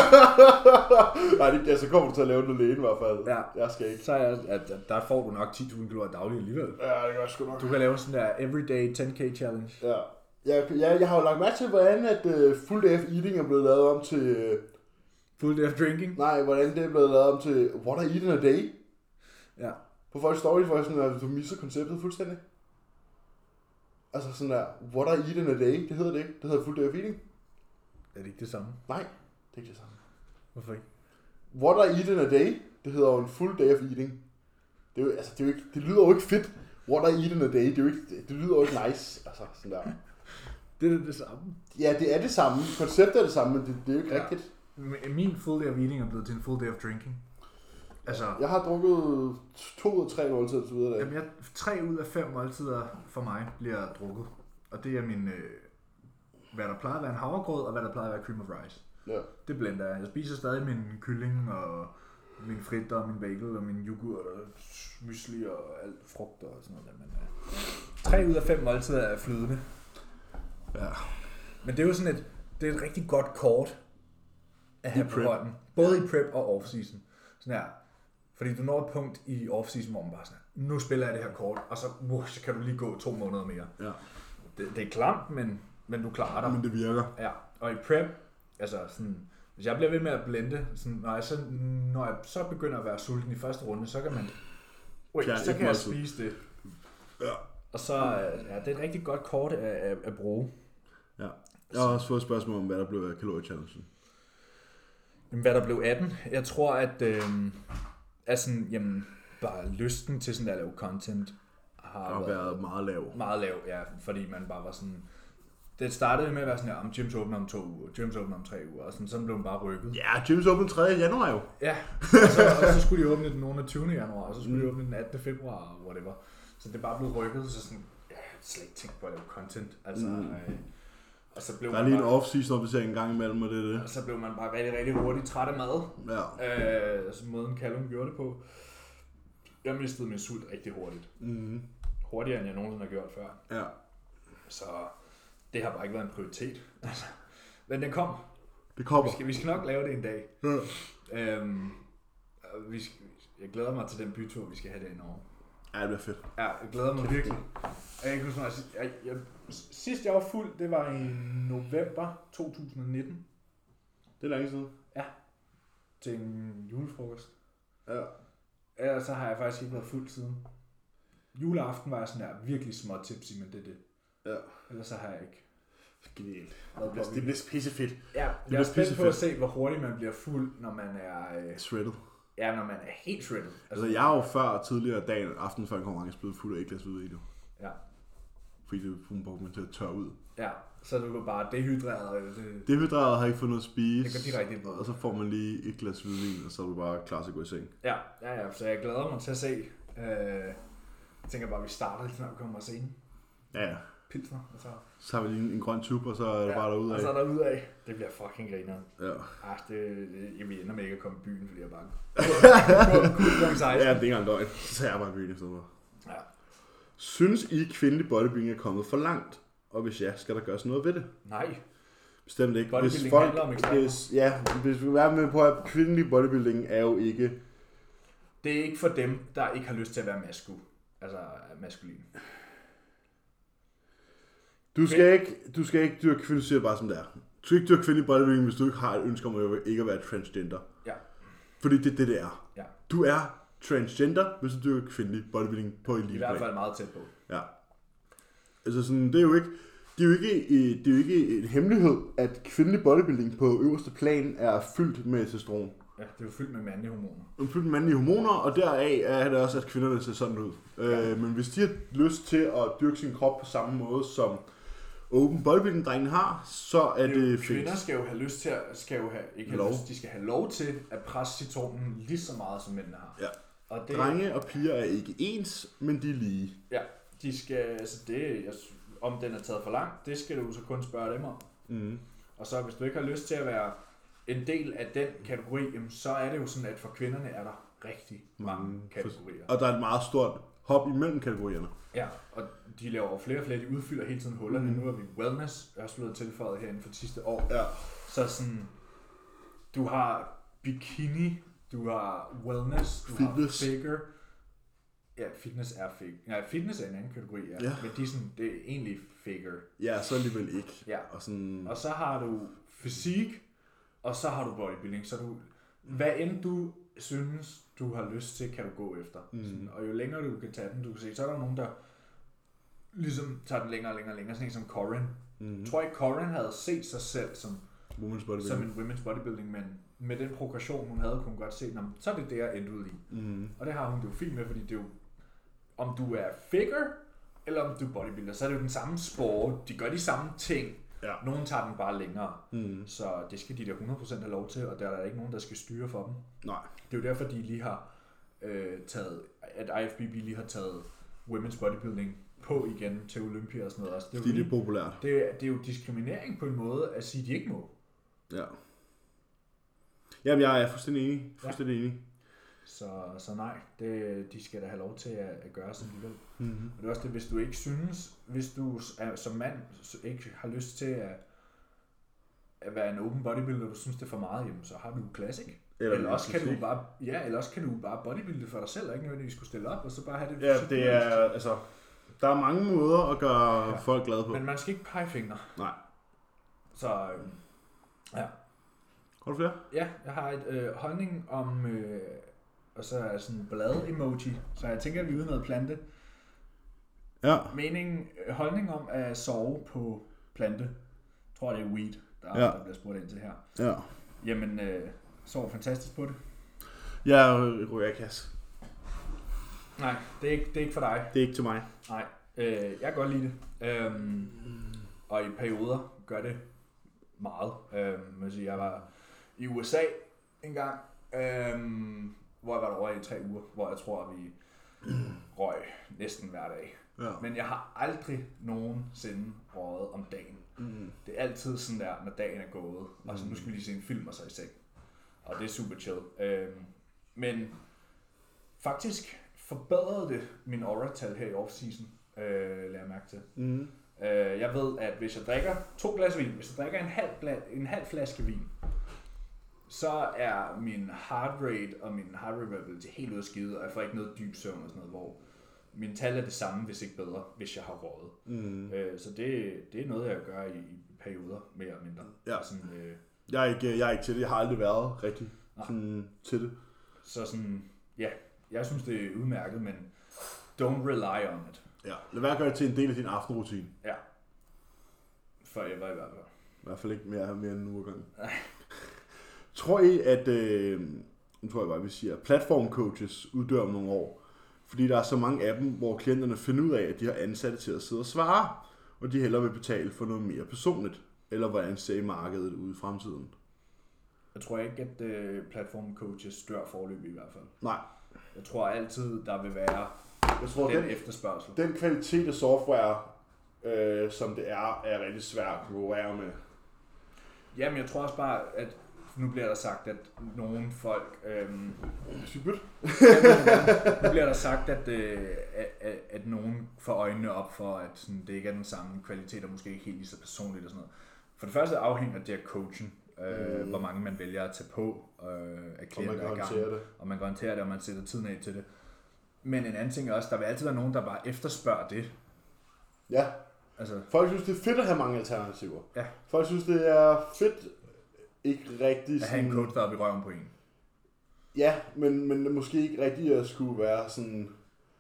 Nej, så kommer du til at lave den alene i hvert fald. Ja. Jeg skal ikke. Så der får du nok 10.000 kalorier dagligt alligevel. Ja, det gør jeg sgu nok. Du kan lave sådan der everyday 10k challenge. Ja. Jeg har jo lagt mærke til, hvordan at full day of eating er blevet lavet om til... Full day of drinking? Nej, hvordan det er blevet lavet om til what I eat in a day. Ja. På folks story, for sådan, at du misser konceptet fuldstændig. Altså sådan der, what I eat in a day, det hedder det ikke. Det hedder full day of eating. Er det ikke det samme? Nej, det er ikke det samme. Hvorfor ikke? What I eat in a day, det hedder jo en full day of eating. Det er jo, altså, det er jo ikke, det lyder jo ikke fedt. What I eat in a day, det er jo ikke, det lyder jo ikke nice. Altså sådan der. Det er det samme. Ja, det er det samme. Konceptet er det samme, men det er jo ikke rigtigt. Min full day of eating er blevet til en full day of drinking. Altså, jeg har drukket 2 ud af 3 måltider og så videre. Jamen, 3 ud af 5 måltider for mig bliver drukket. Og det er min, hvad der plejer at være en havregrød, og hvad der plejer at være cream of rice. Ja. Det blender jeg. Jeg spiser stadig min kylling, og min fritter, og min bagel, og min yoghurt, og mysli, og alt frugter og sådan noget. Men 3 ud af 5 måltider er flydende. Ja. Men det er jo sådan det er et rigtig godt kort at have på hånden. Både i prep og off-season. Sådan her. Fordi du når et punkt i off-season, hvor man bare sådan, nu spiller jeg det her kort, og så kan du lige gå 2 måneder mere. Ja. Det er klamt, men du klarer dig. Men det virker. Ja. Og i prep, altså sådan, hvis jeg bliver ved med at blende, sådan, når jeg så begynder at være sulten i første runde, så kan man, så kan jeg spise det. Ja. Og så, det er et rigtig godt kort at bruge. Ja. Jeg har også fået et spørgsmål om, hvad der blev af kaloriechallengen. Hvad der blev af den? Jeg tror, at bare lysten til sådan at lave content har været meget lav. Meget lav, ja, fordi man bare var sådan... Det startede med at være sådan her, om gyms åbner om 2 uger, gyms åbner om 3 uger, og sådan blev man bare rykket. Ja, gyms åbner 3. januar jo. Ja, og så skulle de åbne den nogen af 20. januar, og så skulle de åbne den 18. februar, whatever. Så det er bare blevet rykket, så sådan, jeg har slet ikke tænkt på at lave content, altså... Og så blev der er lige en off-season opdatering en gang imellem, og det er det. Og så blev man bare rigtig, rigtig hurtigt træt af mad. Ja. Altså måden Callum gjorde det på. Jeg mistede min sult rigtig hurtigt. Mm-hmm. Hurtigere, end jeg nogensinde har gjort før. Ja. Så det har bare ikke været en prioritet. Men den kom. Det kommer. Vi skal nok lave det en dag. Ja. Jeg glæder mig til den bytur, vi skal have det i Norge. Ja, det bliver fedt. Ja, jeg glæder mig virkelig. Sidst jeg var fuld, det var i november 2019. Det er længe siden. Ja. Til en julefrokost. Ja. Ellers så har jeg faktisk ikke været fuld siden. Juleaften var jeg sådan der virkelig små tipsy, men det er det. Ja. Ellers så har jeg ikke. Genialt. Det bliver pissefedt. Ja, jeg er spændt på at se, hvor hurtigt man bliver fuld, når man er... shredded. Ja, når man er helt shredded. Altså jeg er jo tidligere dagen, aften før en konkurrence, blevet fuld af et glas hvidvin. Ja. Fordi det får man til at tørre ud. Ja, så du går bare dehydreret. Dehydreret har ikke fået noget at spise. Det går direkte på. Og så får man lige et glas hvidvin, og så er du bare klar til at gå i seng. Ja, så jeg glæder mig til at se. Jeg tænker bare, at vi starter lige snart kommer scenen. Ja. pilsner. Så har vi lige en grøn tube, og så er det bare derudad. Og så er der udad. Det bliver fucking grineren. Ja. Jeg ender med ikke at komme i byen, fordi jeg bare Ja, det er ikke engang løgn. Så er jeg bare i byen i stedet for. Ja. Synes I, kvindelig bodybuilding er kommet for langt? Og hvis ja, skal der gøres noget ved det? Nej. Bestemt ikke. Bodybuilding handler om ekstremer. Hvis vi er med på, at kvindelig bodybuilding er jo ikke... Det er ikke for dem, der ikke har lyst til at være maskulin. Du skal ikke dyrke kvinde, siger bare som det er. Du skal ikke dyrke kvindelig bodybuilding, hvis du ikke har et ønske om at ikke at være transgender. Ja. Fordi det er det er. Ja. Du er transgender, hvis du dyrker kvindelig bodybuilding på elite. I hvert fald meget tæt på. Ja. Altså sådan, det er jo ikke en hemmelighed, at kvindelig bodybuilding på øverste plan er fyldt med testosteron. Ja, det er jo fyldt med mandlige hormoner. Fyldt med mandlige hormoner, og deraf er det også, at kvinderne ser sådan ud. Ja. Men hvis de har lyst til at dyrke sin krop på samme måde, som open bodybuilding-drengene har, så er det fint. Kvinder skal jo have lyst til de skal have lov til at presse citronen lige så meget, som mændene har. Ja. Og det, drenge og piger er ikke ens, men de er lige. Ja, de skal, altså om den er taget for langt, det skal du så kun spørge dem om. Mm. Og så hvis du ikke har lyst til at være en del af den kategori, så er det jo sådan, at for kvinderne er der rigtig mange kategorier. Og der er et meget stort hop imellem kategorierne. Ja, og de laver flere og flere, de udfylder hele tiden hullerne. Nu er vi wellness, også blevet tilføjet her inden for de sidste år. Ja. Så sådan, du har bikini, du har wellness, du fitness. Har figure. Ja, fitness er figure. Nej, fitness er en anden kategori, ja. Men det er egentlig figure. Ja, så alligevel ikke. Ja. Og så har du fysik, og så har du bodybuilding. Så hvad end du synes, du har lyst til, kan du gå efter. Sådan, og jo længere du kan tage den, du kan se, så er der nogen, der ligesom tager den længere og længere. Sådan en som Corin. Jeg tror ikke, Corin havde set sig selv som en women's bodybuilding, men med den progression, hun havde, kunne hun godt se, så er det det, jeg endte ud i. Og det har hun det jo fint med, fordi det er jo, om du er figure, eller om du er bodybuilder, så er det jo den samme sport. De gør de samme ting. Ja. Nogen tager den bare længere. Så det skal de der 100% have lov til, og der er der ikke nogen, der skal styre for dem. Nej. Det er jo derfor, de lige har at IFBB lige har taget women's bodybuilding på igen til Olympia og sådan noget også. Det er populært. Det er jo diskriminering på en måde at sige, at de ikke må. Ja. Jamen, jeg er fuldstændig enig. Så nej, de skal da have lov til at gøre, som de vil. Og det er også det, hvis du som mand ikke har lyst til at være en open bodybuilder, og du synes det er for meget, jamen, så har du Classic. Eller også kan du bare bodybuilde for dig selv, og ikke nødvendigvis skulle stille op, og så bare have det. Ja, det er, altså, der er mange måder at gøre folk glade på. Men man skal ikke pege fingre. Nej. Så, ja. Har du flere? Ja, jeg har et holdning om, og så er sådan en blad-emoji, så jeg tænker, at vi er ude noget plante. Ja. Holdning om at sove på plante. Jeg tror, det er weed, der bliver spurgt ind til her. Ja. Jamen, sover fantastisk på det. Jeg ryger i kasse. Nej, det er ikke for dig. Det er ikke til mig. Nej, jeg kan godt lide det. Og i perioder gør det meget. Jeg var i USA en gang, hvor jeg var derovre i 3 uger, hvor jeg tror, at vi røg næsten hver dag. Ja. Men jeg har aldrig nogensinde røget om dagen. Det er altid sådan der, når dagen er gået, og så nu skal vi lige se en film og så i seng. Og det er super chill. Men faktisk forbedrede det min aura-tal her i off-season, lader jeg mærke til. Jeg ved, at hvis jeg drikker 2 glas vin, hvis jeg drikker en halv flaske vin, så er min heart rate og min heart rate variability helt ude af skide, og jeg får ikke noget dyb søvn og sådan noget, hvor min tal er det samme, hvis ikke bedre, hvis jeg har røget. Så det er noget, jeg gør i perioder, mere eller mindre. Ja. Sådan, jeg er ikke til det. Jeg har aldrig været rigtig sådan, til det. Så sådan, ja, jeg synes, det er udmærket, men don't rely on it. Ja, lad være at gøre det til en del af din aftenrutine. Ja. Forever i hvert fald. I hvert fald ikke mere end en uge gang. Tror I, at nu tror jeg bare, vi siger, platformcoaches uddør om nogle år? Fordi der er så mange af dem, hvor klienterne finder ud af, at de har ansatte til at sidde og svare, og de hellere vil betale for noget mere personligt. Eller hvordan ser I markedet ude i fremtiden? Jeg tror ikke, at platformcoaches dør forløb i hvert fald. Nej. Jeg tror altid, der vil være den efterspørgsel. Den kvalitet af software, som det er rigtig svært at konkurrere med. Jamen, jeg tror også bare, at nu bliver der sagt, at nogle folk... nu bliver der sagt, at nogen får øjnene op for, at sådan, det ikke er den samme kvalitet, og måske ikke helt lige så personligt og sådan noget. For det første afhænger det af coachen, hvor mange man vælger at tage på af klienter ad gangen, og man garanterer det, og man sætter tiden af til det. Men en anden ting er også, der vil altid være nogen, der bare efterspørger det. Ja. Altså, folk synes, det er fedt at have mange alternativer. Ja. Folk synes, det er fedt ikke rigtig at have en coach, der er op i røven på en. Ja, men måske ikke rigtig at skulle være sådan...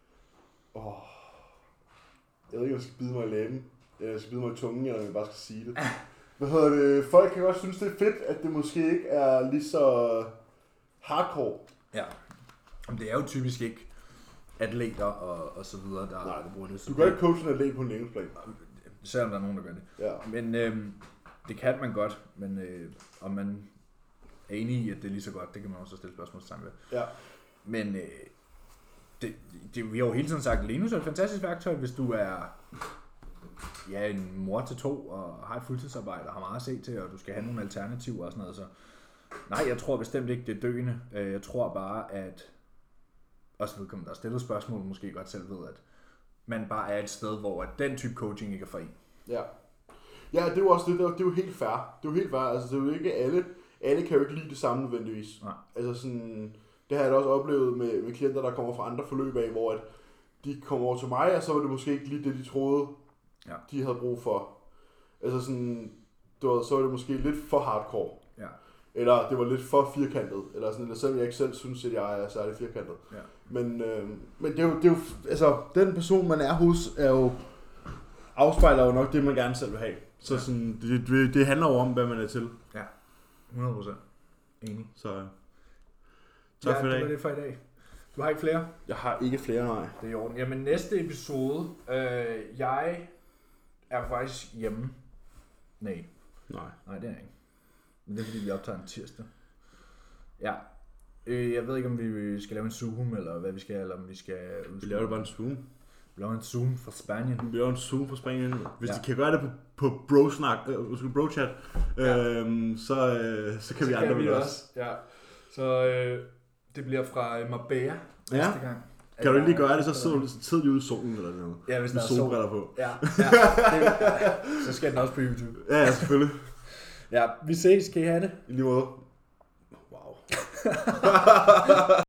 jeg ved ikke, om jeg skal bide mig i læben. Jeg skal bide mig i tungen, eller om jeg bare skal sige det. Folk kan godt synes, det er fedt, at det måske ikke er lige så hardcore. Ja. Men det er jo typisk ikke atleter og så videre, der bruger det. Du kan ikke coache en atlet på en længdesplan. Selvom der er nogen, der gør det. Ja. Men det kan man godt, men om man er enig i, at det er lige så godt, det kan man også stille spørgsmålstegn ved. Ja. Men vi har jo hele tiden sagt, at Linus er et fantastisk værktøj, hvis du er en mor til 2 og har et fuldtidsarbejde og har meget at se til, og du skal have nogle alternativer og sådan noget. Så nej, jeg tror bestemt ikke, det er døende. Jeg tror bare, at også vedkommende, der har stillet spørgsmål, måske godt selv ved, at man bare er et sted, hvor den type coaching ikke er for en. Ja. Ja, det er jo også det er jo helt fair. Det er jo helt fair. Altså, det er jo ikke alle kan jo ikke lide det samme nødvendigvis. Nej. Altså sådan, det har jeg da også oplevet med klienter, der kommer fra andre forløb af, hvor at de kommer over til mig, og så var det måske ikke lige det, de troede, de havde brug for. Altså sådan, så var det måske lidt for hardcore. Ja. Eller det var lidt for firkantet, eller sådan, eller selvom jeg ikke selv synes, at jeg er særlig firkantet. Ja. Men det er jo, altså, den person, man er hos, afspejler jo nok det, man gerne selv vil have. Så sådan, det handler jo om, hvad man er til. Ja, 100%. Enig. Så tak for i dag. Det var det for i dag. Du har ikke flere? Jeg har ikke flere, nej. Det er i orden. Jamen næste episode, jeg er faktisk hjemme. Nej, det er jeg ikke. Men det er fordi, vi optager en tirsdag. Ja. Jeg ved ikke, om vi skal lave en Zoom, eller hvad vi skal, eller om vi skal... Vi laver det bare en Zoom. Vi laver en Zoom fra Spanien. Vi laver en Zoom fra Spanien. Hvis de kan gøre det på bro-chat, så kan vi andre vel også. Ja. Så det bliver fra Marbella næste gang. Kan du ikke lige gøre det, så sidder de ude i solen eller noget. Ja, hvis der er solbriller på. Ja. Så skal den også på YouTube. Ja, selvfølgelig. Ja, vi ses. Kan I have det? I lige måde. Wow.